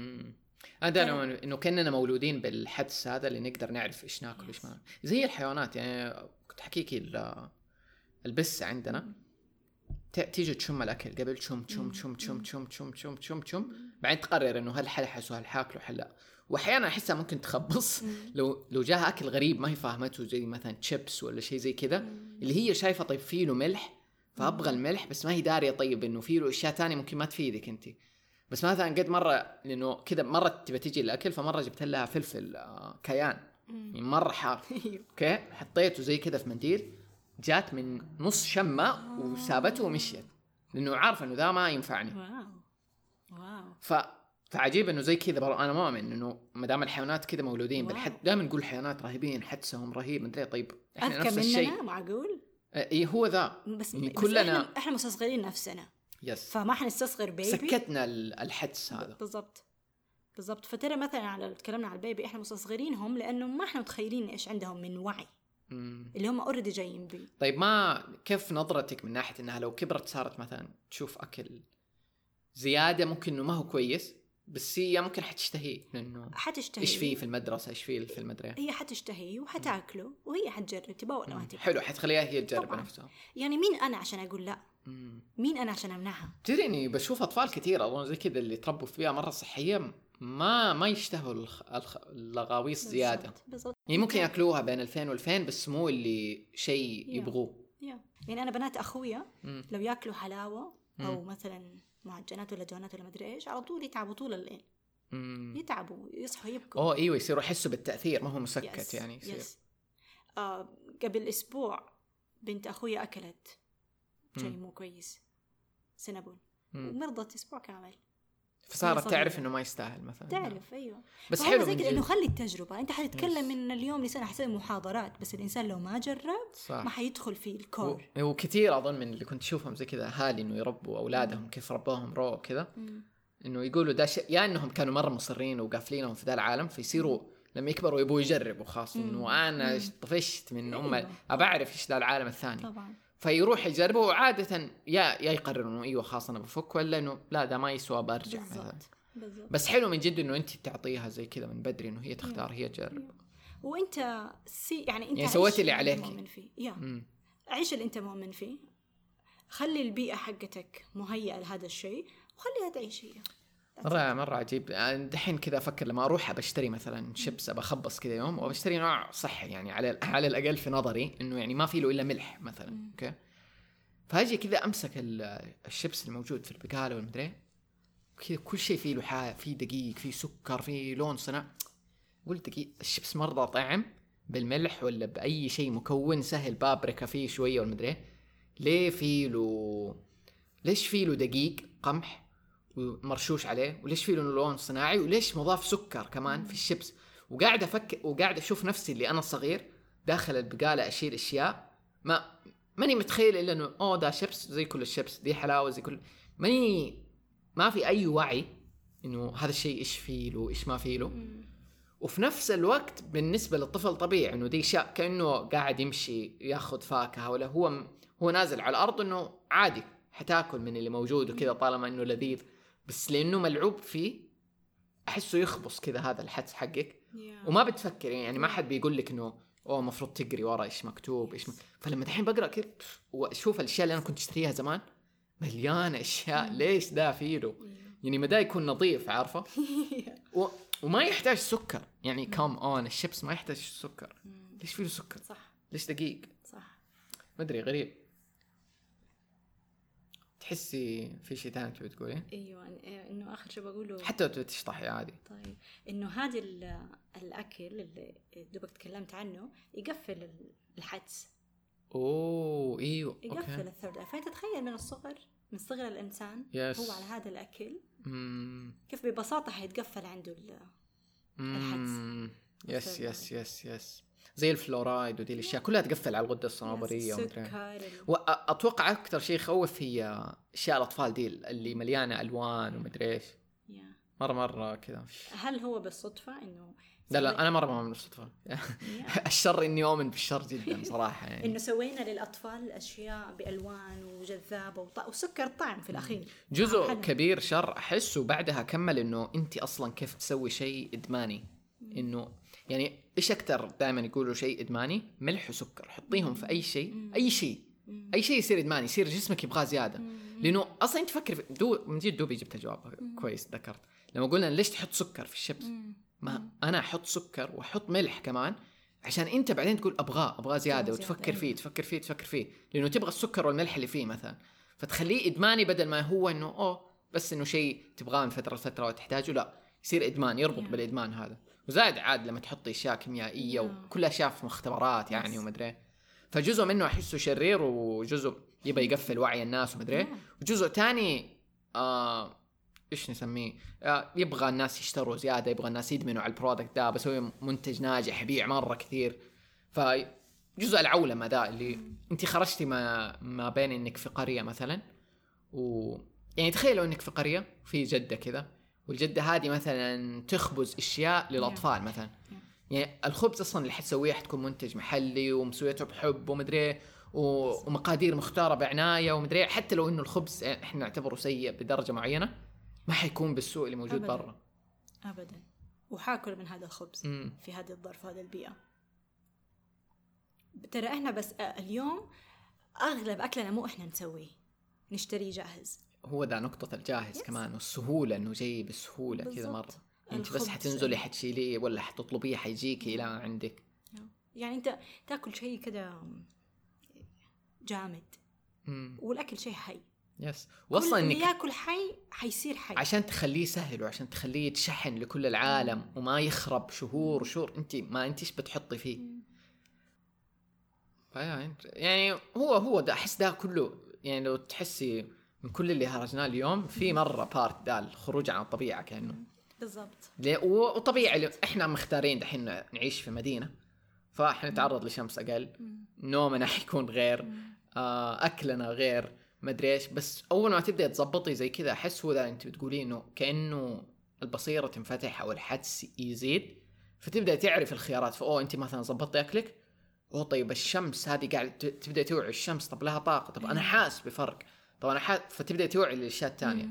هذا إنه كأننا مولودين بالحدس هذا اللي نقدر نعرف إيش ناكل إيش ما، زي الحيوانات. يعني كنت حكيكي البسة عندنا تيجي تشم الأكل قبل تشم تشم تشم تشم تشم تشم تشم تشم تشم، بعدين تقرر إنه هل حلحس وهل حاكله حلا. وأحيانا أحسها ممكن تخبص لو جاها أكل غريب ما هي فاهمته، زي مثلا تشيبس ولا شيء زي كذا اللي هي شايفة طيب فيه له ملح فأبغى الملح، بس ما هي دارية طيب إنه فيه له أشياء تانية ممكن ما تفيدك أنت. بس مثلا قد مرة لأنه كذا مرة تبى تيجي الأكل، فمرة جبت لها فلفل كيان مرة حار أوكي، حطيته زي كذا في منديل، جات من نص شمة وسابته ومشيت، لأنه عارفة إنه ذا ما ينفعني. واو. فعجيب إنه زي كذا أنا مؤمن إنه مدام الحيوانات كذا مولودين بالحد. دائما نقول الحيوانات رهيبين حدسهم رهيب مدري، طيب إحنا نفس الشيء معقول؟ إيه هو ذا بس كلنا إحنا مستصغرين نفسنا. يس. فما حنستصغر بيبي، سكتنا الحدس هذا. بالضبط. فترى مثلا على تكلمنا على البيبي إحنا مستصغرينهم لأنه ما إحنا متخيلين إيش عندهم من وعي اللي هم أوريدي جايين بيه. طيب ما كيف نظرتك من ناحية إنها لو كبرت صارت مثلا تشوف أكل زيادة ممكن إنه ما هو كويس، بس هي ممكن حتشتهي لأنه إيش فيه في المدرسة إيش فيه في المدرسة، هي حتشتهي وحتاكله وهي حتجرب تبغى ولا ما تبغى. حلو، حتخليها هي تجرب نفسها. يعني مين أنا عشان أقول لا؟ مين أنا عشان أمنعها؟ تدري إني بشوف أطفال كثير أظن زي كذا اللي تربوا في بيئة مرة صحية ما يشتهوا اللغاويص زيادة. بالضبط. يعني ممكن يأكلوها بين 2000 و2000 بس مو اللي شيء يبغوه. يعني أنا بنات أخويا لو يأكلوا حلاوة أو مثلا معجنات ولا جونات ولا مدري إيش على طول يتعبوا طول الليل. يتعبوا يصحوا يبكوا. أيوة يصيروا يحسوا بالتأثير ما هو مسكت. يعني يصير. قبل أسبوع بنت أخويا أكلت شيء مو كويس، سينابون، ومرضت أسبوع كامل. فصارت تعرف انه ما يستاهل مثلا. تعرف ايوه. بس حلو زي كده انه خلي التجربه، انت حتتكلم من اليوم لسنه حسوي محاضرات، بس الانسان لو ما جرب ما حيدخل في الكور. وكثير اظن من اللي كنت اشوفهم زي كذا اهالي انه يربوا اولادهم كيف ربوهم رو كذا، انه يقولوا ده شيء يا انهم كانوا مره مصرين وقافلينهم في ذا العالم، فيصيروا لما يكبروا يبغوا يجربوا، خاص انه انا طفشت من ابى اعرف ايش ذا العالم الثاني طبعا. فيروح يجربوا، وعاده يا يقرروا انه ايوه خلاص انا بفك، ولا انه لا ده ما يسوى برجع مثلا. بس حلو من جد انه انت تعطيها زي كذا من بدري انه هي تختار هي تجرب. وانت يعني انت سويت اللي عليك، عيش اللي انت مؤمن فيه، خلي البيئه حقتك مهيئه لهذا الشيء وخليها تعيش هي. مرة عجيب. دحين كذا أفكر لما أروح بشتري مثلا شيبس بخبص كذا يوم وبشتري نوع صحي يعني على الأقل في نظري إنه يعني ما فيه له إلا ملح مثلا. أوكي، فهاجي كذا أمسك الشيبس الموجود في البقالة والمدري كذا، كل شيء فيه له فيه دقيق، فيه سكر، فيه لون صنع. قلت دقيق الشيبس مرضى طعم بالملح ولا بأي شيء مكون سهل، بابريكا فيه شوية والمدري ليه فيه له، ليش فيه له دقيق قمح ومرشوش عليه، وليش فيه له لون صناعي، وليش مضاف سكر كمان في الشيبس. وقاعد أفكر وقاعد أشوف نفسي اللي أنا صغير داخل البقالة أشيل أشياء ماني متخيل إلا إنه ده شيبس زي كل الشيبس، دي حلاوة زي كل، ما في أي وعي إنه هذا الشيء إيش فيه له إيش ما فيه له. وفي نفس الوقت بالنسبة للطفل طبيعي إنه دي شيء كأنه قاعد يمشي ياخذ فاكهة، ولا هو نازل على الأرض إنه عادي حتاكل من اللي موجود وكذا طالما إنه لذيذ. بس لأنه ملعوب فيه أحسه يخبص كذا هذا الحدس حقك وما بتفكر يعني ما حد بيقول لك إنه مفروض تقري ورا إيش مكتوب فلما دحين بقرأ كذا وأشوف الأشياء اللي أنا كنت أشتريها زمان مليانة أشياء ليش ده فيه له يعني مدى يكون نظيف عارفة وما يحتاج سكر يعني كام الشيبس ما يحتاج سكر. ليش فيه له سكر؟ صح. ليش دقيق؟ صح. ما أدري غريب. تحسي في شيء ثاني تبي تقولي؟ ايوه انه اخر شيء بقوله حتى لو تشطحي عادي. طيب انه هذا الاكل اللي دوبك تكلمت عنه يقفل الحدس. ايوه يقفل الثird eye. فانت تخيل من صغر الانسان هو على هذا الاكل كيف ببساطه حيتقفل عنده الحدس. يس زي الفلورايد ودي الاشياء كلها تقفل على الغده الصنوبريه واتوقع اكثر شيء يخوف هي اشياء الاطفال دي اللي مليانه الوان ومدري ايش. مره كذا. هل هو بالصدفه انه لا انا مره ما من الصدفه الشر اني اؤمن بالشر جدا صراحه يعني انه سوينا للاطفال اشياء بالوان وجذابه وسكر طعم في الاخير جزء كبير شر احسه. بعدها كمل انه انت اصلا كيف تسوي شيء ادماني. انه يعني ايش اكثر دائما يقولوا شيء ادماني ملح وسكر، حطيهم في اي شيء يصير ادماني، يصير جسمك يبغاه زياده. لانه اصلا انت فكر من جد دوبي جبت الجواب كويس ذكرت لما قلنا ليش تحط سكر في الشيبس. ما انا احط سكر واحط ملح كمان عشان انت بعدين تقول ابغاه زياده وتفكر فيه لانه تبغى السكر والملح اللي فيه مثلا، فتخليه ادماني بدل ما هو انه بس انه شيء تبغاه من فتره لفتره وتحتاجه، لا يصير ادمان يربط بالادمان هذا. وزائد عاد لما تحطي اشياء كيميائيه وكل اشياء في مختبرات يعني ومدري، فجزء منه احسه شرير وجزء يبغى يقفل وعي الناس ومدري، وجزء تاني ايش نسميه يبغى الناس يشتروا زياده، يبغى الناس يدمنوا على البرودكت ده، بسوي منتج ناجح يبيع مره كثير. فجزء العولمه ده اللي انت خرجتي ما بين انك في قريه مثلا يعني تخيلوا انك في قريه في جده كذا، والجده هذه مثلا تخبز اشياء للاطفال مثلا، يعني الخبز اصلا اللي حتسويه حتكون منتج محلي ومسويته بحب ومدري ومقادير مختاره بعنايه ومدري، حتى لو انه الخبز احنا نعتبره سيء بدرجه معينه ما حيكون بالسوء اللي موجود برا ابدا. وحاكل من هذا الخبز في هذه الظرف هذه البيئه. ترى احنا بس اليوم اغلب اكلنا مو احنا نسويه، نشتري جاهز. هو ده نقطة الجاهز كمان والسهولة، إنه جاي بسهولة كذا مرة. أنت بس حتنزلي حتشيليه ولا حتطلبيه حيجيكي إلى عندك. يعني أنت تأكل شيء كده جامد والأكل شيء حي. يس. وصل إنك يأكل حي حيصير حي عشان تخليه سهل وعشان تخليه يتشحن لكل العالم وما يخرب شهور. أنت ما أنتش بتحطي فيه. يعني هو ده أحس ده كله. يعني لو تحسي من كل اللي هرجناه اليوم في مرة بارت ده الخروج عن الطبيعة كأنه بالضبط. وطبيعي احنا مختارين دحين نعيش في مدينة، فاحنا نتعرض لشمس أقل، نومنا حيكون غير، أكلنا غير، مدري إيش. بس أول ما تبدأ تزبطي زي كذا أحس هو ده أنت بتقولي إنه كأنه البصيرة تنفتح أو الحدس يزيد، فتبدأ تعرف الخيارات. فأوه أنت مثلا زبطتي أكلك، أوه طيب الشمس هذه قاعد تبدأ توعي الشمس، طب لها طاقة، طب أنا حاس بفرق، طب أنا فتبدأ توعي للأشياء الثانية.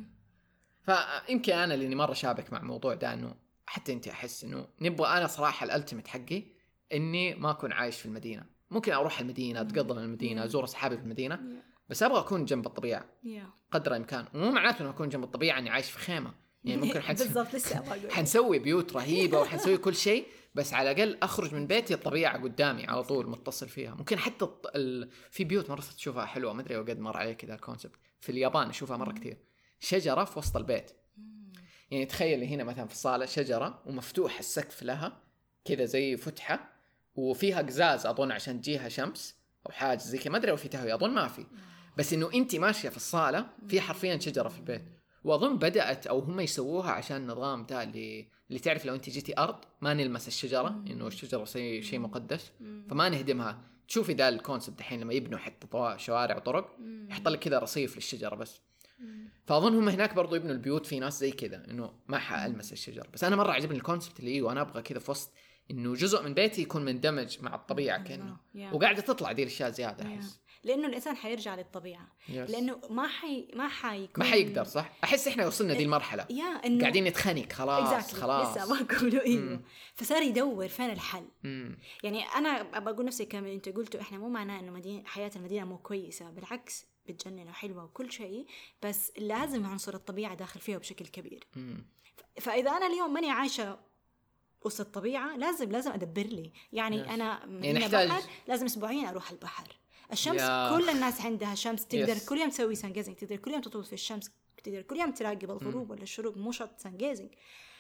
فيمكن أنا اللي مرة شابك مع موضوع ده، إنه حتى أنت أحس إنه نبغى، أنا صراحة الألتيميت حقي إني ما أكون عايش في المدينة. ممكن أروح المدينة، أتقضى من المدينة، أزور أصحابي في المدينة، بس أبغى أكون جنب الطبيعة قدر الإمكان. ومو معناته إنه أكون جنب الطبيعة إني عايش في خيمة، يعني ممكن بالضبط لسه أبغى حنسوي بيوت رهيبة وحنسوي كل شيء، بس على الأقل أخرج من بيتي الطبيعة قدامي على طول متصل فيها. ممكن حتى في بيوت مرة تشوفها حلوة، ما أدري وقد مر عليه كذا الكونسبت في اليابان، أشوفها مرة كتير، شجرة في وسط البيت. يعني تخيل هنا مثلا في الصالة شجرة ومفتوح السقف لها كذا زي فتحة، وفيها قزاز أظن عشان تجيها شمس أو حاجة زي كذا، ما أدري في تهوية، أظن ما في، بس إنه أنت ماشية في الصالة في حرفيا شجرة في البيت. وأظن بدأت أو هم يسووها عشان النظام ده اللي تعرف لو أنت جيتي أرض ما نلمس الشجرة، إنه الشجرة شيء مقدس، فما نهدمها. تشوفي ده الكونسبت الحين لما يبنوا حتى شوارع وطرق يحط لك كذا رصيف للشجرة بس. فأظن هم هناك برضو يبنوا البيوت في ناس زي كذا، إنه ما حألمس الشجر. بس أنا مرة عجبني الكونسبت اللي وأنا أبغى كذا في وسط، إنه جزء من بيتي يكون مندمج مع الطبيعة كأنه وقاعدة تطلع دي الأشياء زيادة أحس. لأنه الإنسان حيرجع للطبيعة لأنه ما حيقدر. صح، أحس إحنا وصلنا دي المرحلة قاعدين نتخانق خلاص لسه ما أقوله فصار يدور فين الحل. يعني أنا بقول نفسي كما أنت قلتوا، إحنا مو معناه إنه حياة المدينة مو كويسة، بالعكس بتجنن وحلوة وكل شيء، بس لازم عنصر الطبيعة داخل فيها بشكل كبير. فإذا أنا اليوم ماني عايشة وسط الطبيعة لازم أدبر لي. يعني أنا مدينة بحر لازم أسبوعين أروح البحر. الشمس كل الناس عندها شمس، تقدر كل يوم تسوي سانجيزنج، تقدر كل يوم تطول في الشمس، تقدر كل يوم تراقب الغروب ولا الشروق، مو شرط سانجيزنج.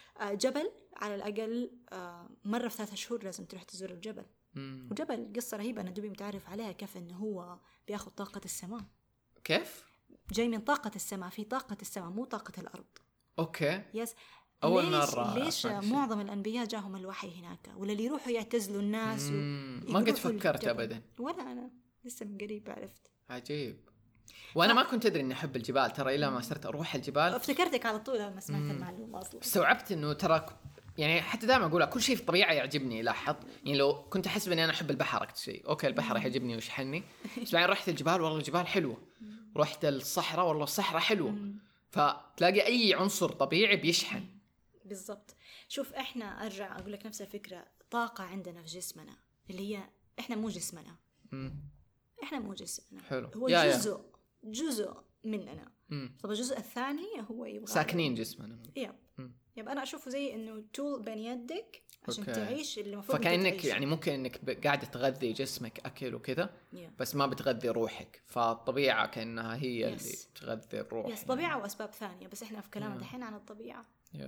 جبل على الأقل مرة في 3 شهور لازم تروح تزور الجبل. وجبل قصة رهيبة أنا دوبي متعرف عليها، كيف إنه هو بياخد طاقة السماء. كيف؟ جاي من طاقة السماء، في طاقة السماء مو طاقة الأرض. أوكي. يس. أول مرة. ليش معظم الأنبياء جاهم الوحي هناك، ولا اللي يروحوا يعتزلوا الناس ما قد فكرت أبدا، ولا أنا لسه من قريب عرفت. عجيب. وأنا ما كنت أدري إني أحب الجبال ترى، إلا ما صرت أروح الجبال افتكرتك على طول لما سمعت المعلومة أصلا. استوعبت إنه ترى يعني حتى دائما أقولها كل شيء في الطبيعة يعجبني. لاحظ يعني لو كنت أحس إني أنا أحب البحر أكتر شيء، أوكي البحر يعجبني ويشحنني، بس بعدين رحت الجبال والله الجبال حلوة، رحت الصحراء والله الصحراء حلوة. فتلاقي أي عنصر طبيعي بيشحن. بالضبط. شوف إحنا أرجع أقول لك نفس الفكرة، طاقة عندنا في جسمنا اللي هي إحنا مو جسمنا. إحنا مو جسمنا. حلو. هو جزء مننا. طب الجزء الثاني هو يبغى ساكنين جسمنا. يبقى أنا أشوفه زي إنه طول بين يدك عشان تعيش اللي المفروض. فكأنك يعني ممكن إنك قاعدة تغذي جسمك أكل وكذا بس ما بتغذي روحك، فالطبيعة كأنها هي اللي تغذي الروح. طبيعة وأسباب ثانية، بس إحنا في كلامنا دحين عن الطبيعة.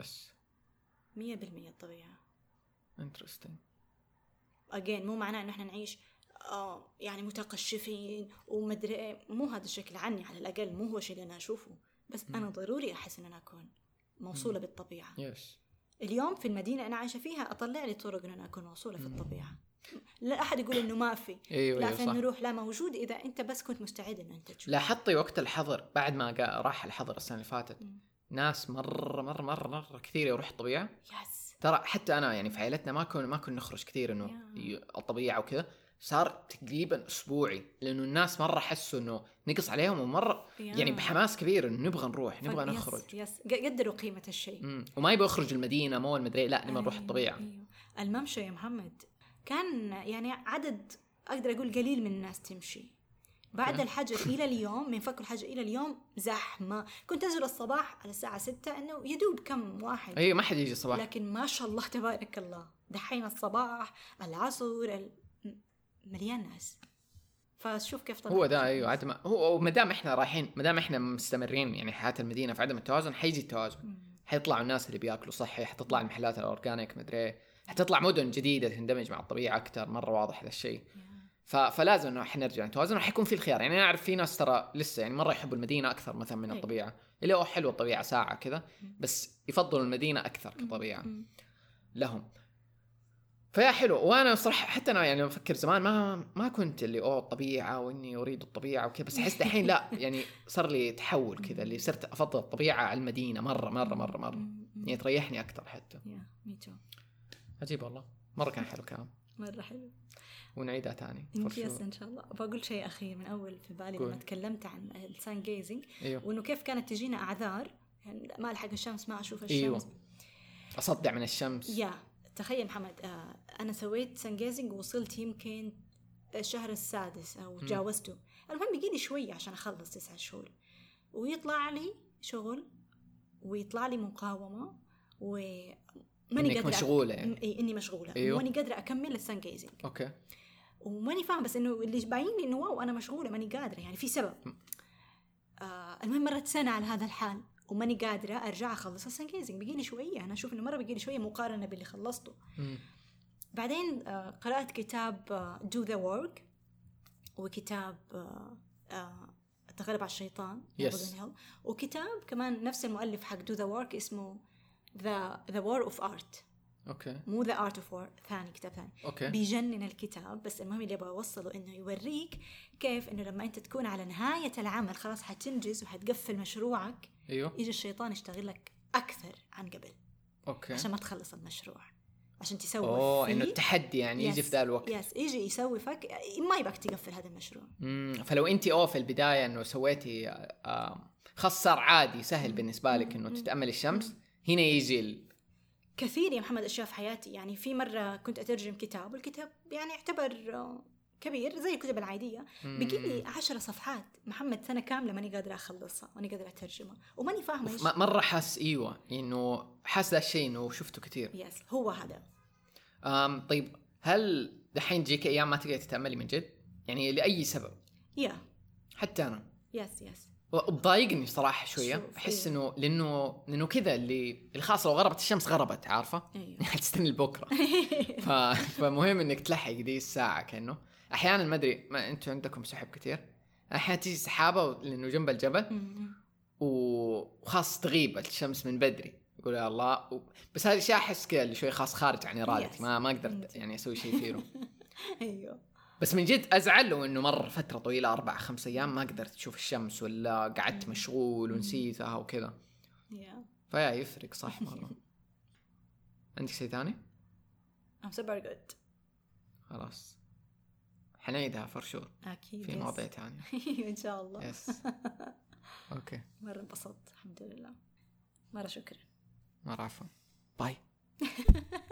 100% الطبيعة. interesting. again مو معناه إنه إحنا نعيش يعني متقشفين ومدري، مو هذا الشكل عني، على الأقل مو هو الشيء اللي أنا أشوفه، بس أنا ضروري أحس إن أنا أكون موصولة بالطبيعة. اليوم في المدينة أنا عايشة فيها أطلع لي طرق إن أنا أكون موصولة في الطبيعة. لا أحد يقول إنه ما في. لا في نروح، لا موجود إذا أنت بس كنت مستعد إن أنت تشوف. لاحظتي وقت الحظر بعد ما راح الحظر السنة اللي فاتت ناس مرة كثير يروح الطبيعة. ترى حتى أنا يعني في عائلتنا ما كنا نخرج كثير إنه الطبيعة وكذا، صار تقريبا أسبوعي لأنه الناس مرة حسوا إنه نقص عليهم، ومرة يعني بحماس كبير إنه نبغى نروح نبغى نخرج. قدروا قيمة الشيء. وما يبغى يخرج المدينة مو المدري، لا نبغى نروح الطبيعة. الممشى يا محمد كان يعني عدد أقدر أقول قليل من الناس تمشي بعد الحجر إلى اليوم، من فكر الحجر إلى اليوم زحمة. كنت أنزل الصباح على الساعة 6 إنه يدوب كم واحد. أيوة ما حد يجي الصباح، لكن ما شاء الله تبارك الله دحين الصباح العصر مليان ناس. فشوف كيف هو ده. أيوة عدم هو مدام إحنا رايحين، مدام إحنا مستمرين يعني حياة المدينة في عدم التوازن، حيجي التوازن. حيطلع الناس اللي بياكلوا صحي، حتطلع المحلات الأورجانيك مدري، حتطلع مدن جديدة تندمج مع الطبيعة أكتر. مرة واضح هذا الشيء. فلازم انه احنا نرجع نتوازن، راح يكون في الخيار. يعني انا اعرف في ناس ترى لسه يعني مره يحبوا المدينه اكثر مثلا من الطبيعه، اللي هو حلو الطبيعه ساعه كذا، بس يفضلوا المدينه اكثر كطبيعه لهم. فيا حلو. وانا صراحه حتى انا يعني بفكر زمان ما كنت اللي الطبيعه واني اريد الطبيعه وكذا، بس احس الحين لا، يعني صار لي تحول كذا اللي صرت افضل الطبيعه على المدينه مره مره مره مره، يعني تريحني اكثر حتى. عجيب والله، مره كان حلو كلام، مره حلو. ونعيدها تاني يس ان شاء الله. بقول شيء اخير من اول في بالي لما تكلمت عن السان جيزنج. أيوه. وانه كيف كانت تجينا اعذار، يعني ما الحق الشمس، ما اشوف الشمس. أيوه. اصدع من الشمس. تخيل محمد، انا سويت سان جيزنج ووصلت يمكن الشهر السادس او تجاوزته. المهم يجيني شويه عشان اخلص 9 شهور، ويطلع لي شغل ويطلع لي مقاومه ماني قادرة مشغولة يعني. إني مشغولة. أيوه. وماني قادرة أكمل السان جيزنج. أوكي. وماني فاهم، بس إنه اللي باين لي إنه واو أنا مشغولة، ماني قادرة، يعني في سبب. المهم مرت سنة على هذا الحال وماني قادرة أرجع أخلص السان جيزنج. بيجيلي شوية، أنا أشوف إنه مرة بيجيلي شوية مقارنة باللي خلصته. بعدين قرأت كتاب Do the Work، وكتاب التغلب على الشيطان. yes. وكتاب كمان نفس المؤلف حق Do the Work اسمه The War of Art. أوكي. مو The Art of War، ثاني كتاب ثاني. أوكي. بيجنن الكتاب، بس المهم اللي أبغى أوصله إنه يوريك كيف إنه لما أنت تكون على نهاية العمل خلاص حتنجز وحتقفل مشروعك، أيوه. يجي الشيطان يشتغل لك أكثر عن قبل. أوكي. عشان ما تخلص المشروع، عشان تسوي فيه. إنه التحدي يعني يجي في ذا الوقت. يجي يسوفك، ما يبغاك تقفل هذا المشروع. فلو أنت في البداية إنه سويتي خاص صار عادي سهل بالنسبة لك إنه تتأمل الشمس، هنا يجي كثير يا محمد أشياء في حياتي. يعني في مرة كنت أترجم كتاب، والكتاب يعني يعتبر كبير زي الكتب العادية، بيجيلي 10 صفحات محمد، سنة كاملة ماني قادرة أخلصها، ماني قادرة أترجمها، وماني فاهمة إيش. مرة حاس إنه حاس ذا الشيء إنه شفته كتير. يس هو هذا. طيب هل دحين تجيك أيام ما تقدر تتأملي من جد؟ يعني لأي سبب؟ حتى أنا. يس وضايقني صراحة شوية، أحس إنه لأنه كذا اللي خاص لو غربت الشمس غربت، عارفة؟ هتستني لبكرة. فمهم إنك تلحق دي الساعة. كأنه أحيانا ما أدري، ما أنتوا عندكم سحب كتير، أحيانا تيجي سحابة لأنه جنب الجبل وخاص تغيب الشمس من بدري، يقول يا الله بس هذه أشياء أحس كذا اللي شوي خاص خارج عن إرادتي، ما قدرت يعني أسوي شيء فيه. أيوه. بس من جد أزعل لو إنه مر فترة طويلة 4-5 أيام ما قدرت تشوف الشمس، ولا قعدت مشغول ونسيتها وكذا. فيا يفرق صح مرة. عندك شيء ثاني؟ I'm super good. خلاص حنعيدها فرشور أكيد في مواضيع ثانية. إن شاء الله. يس. أوكي. مرة انبسطت الحمد لله. مرة شكرا. مرة عفوا. باي.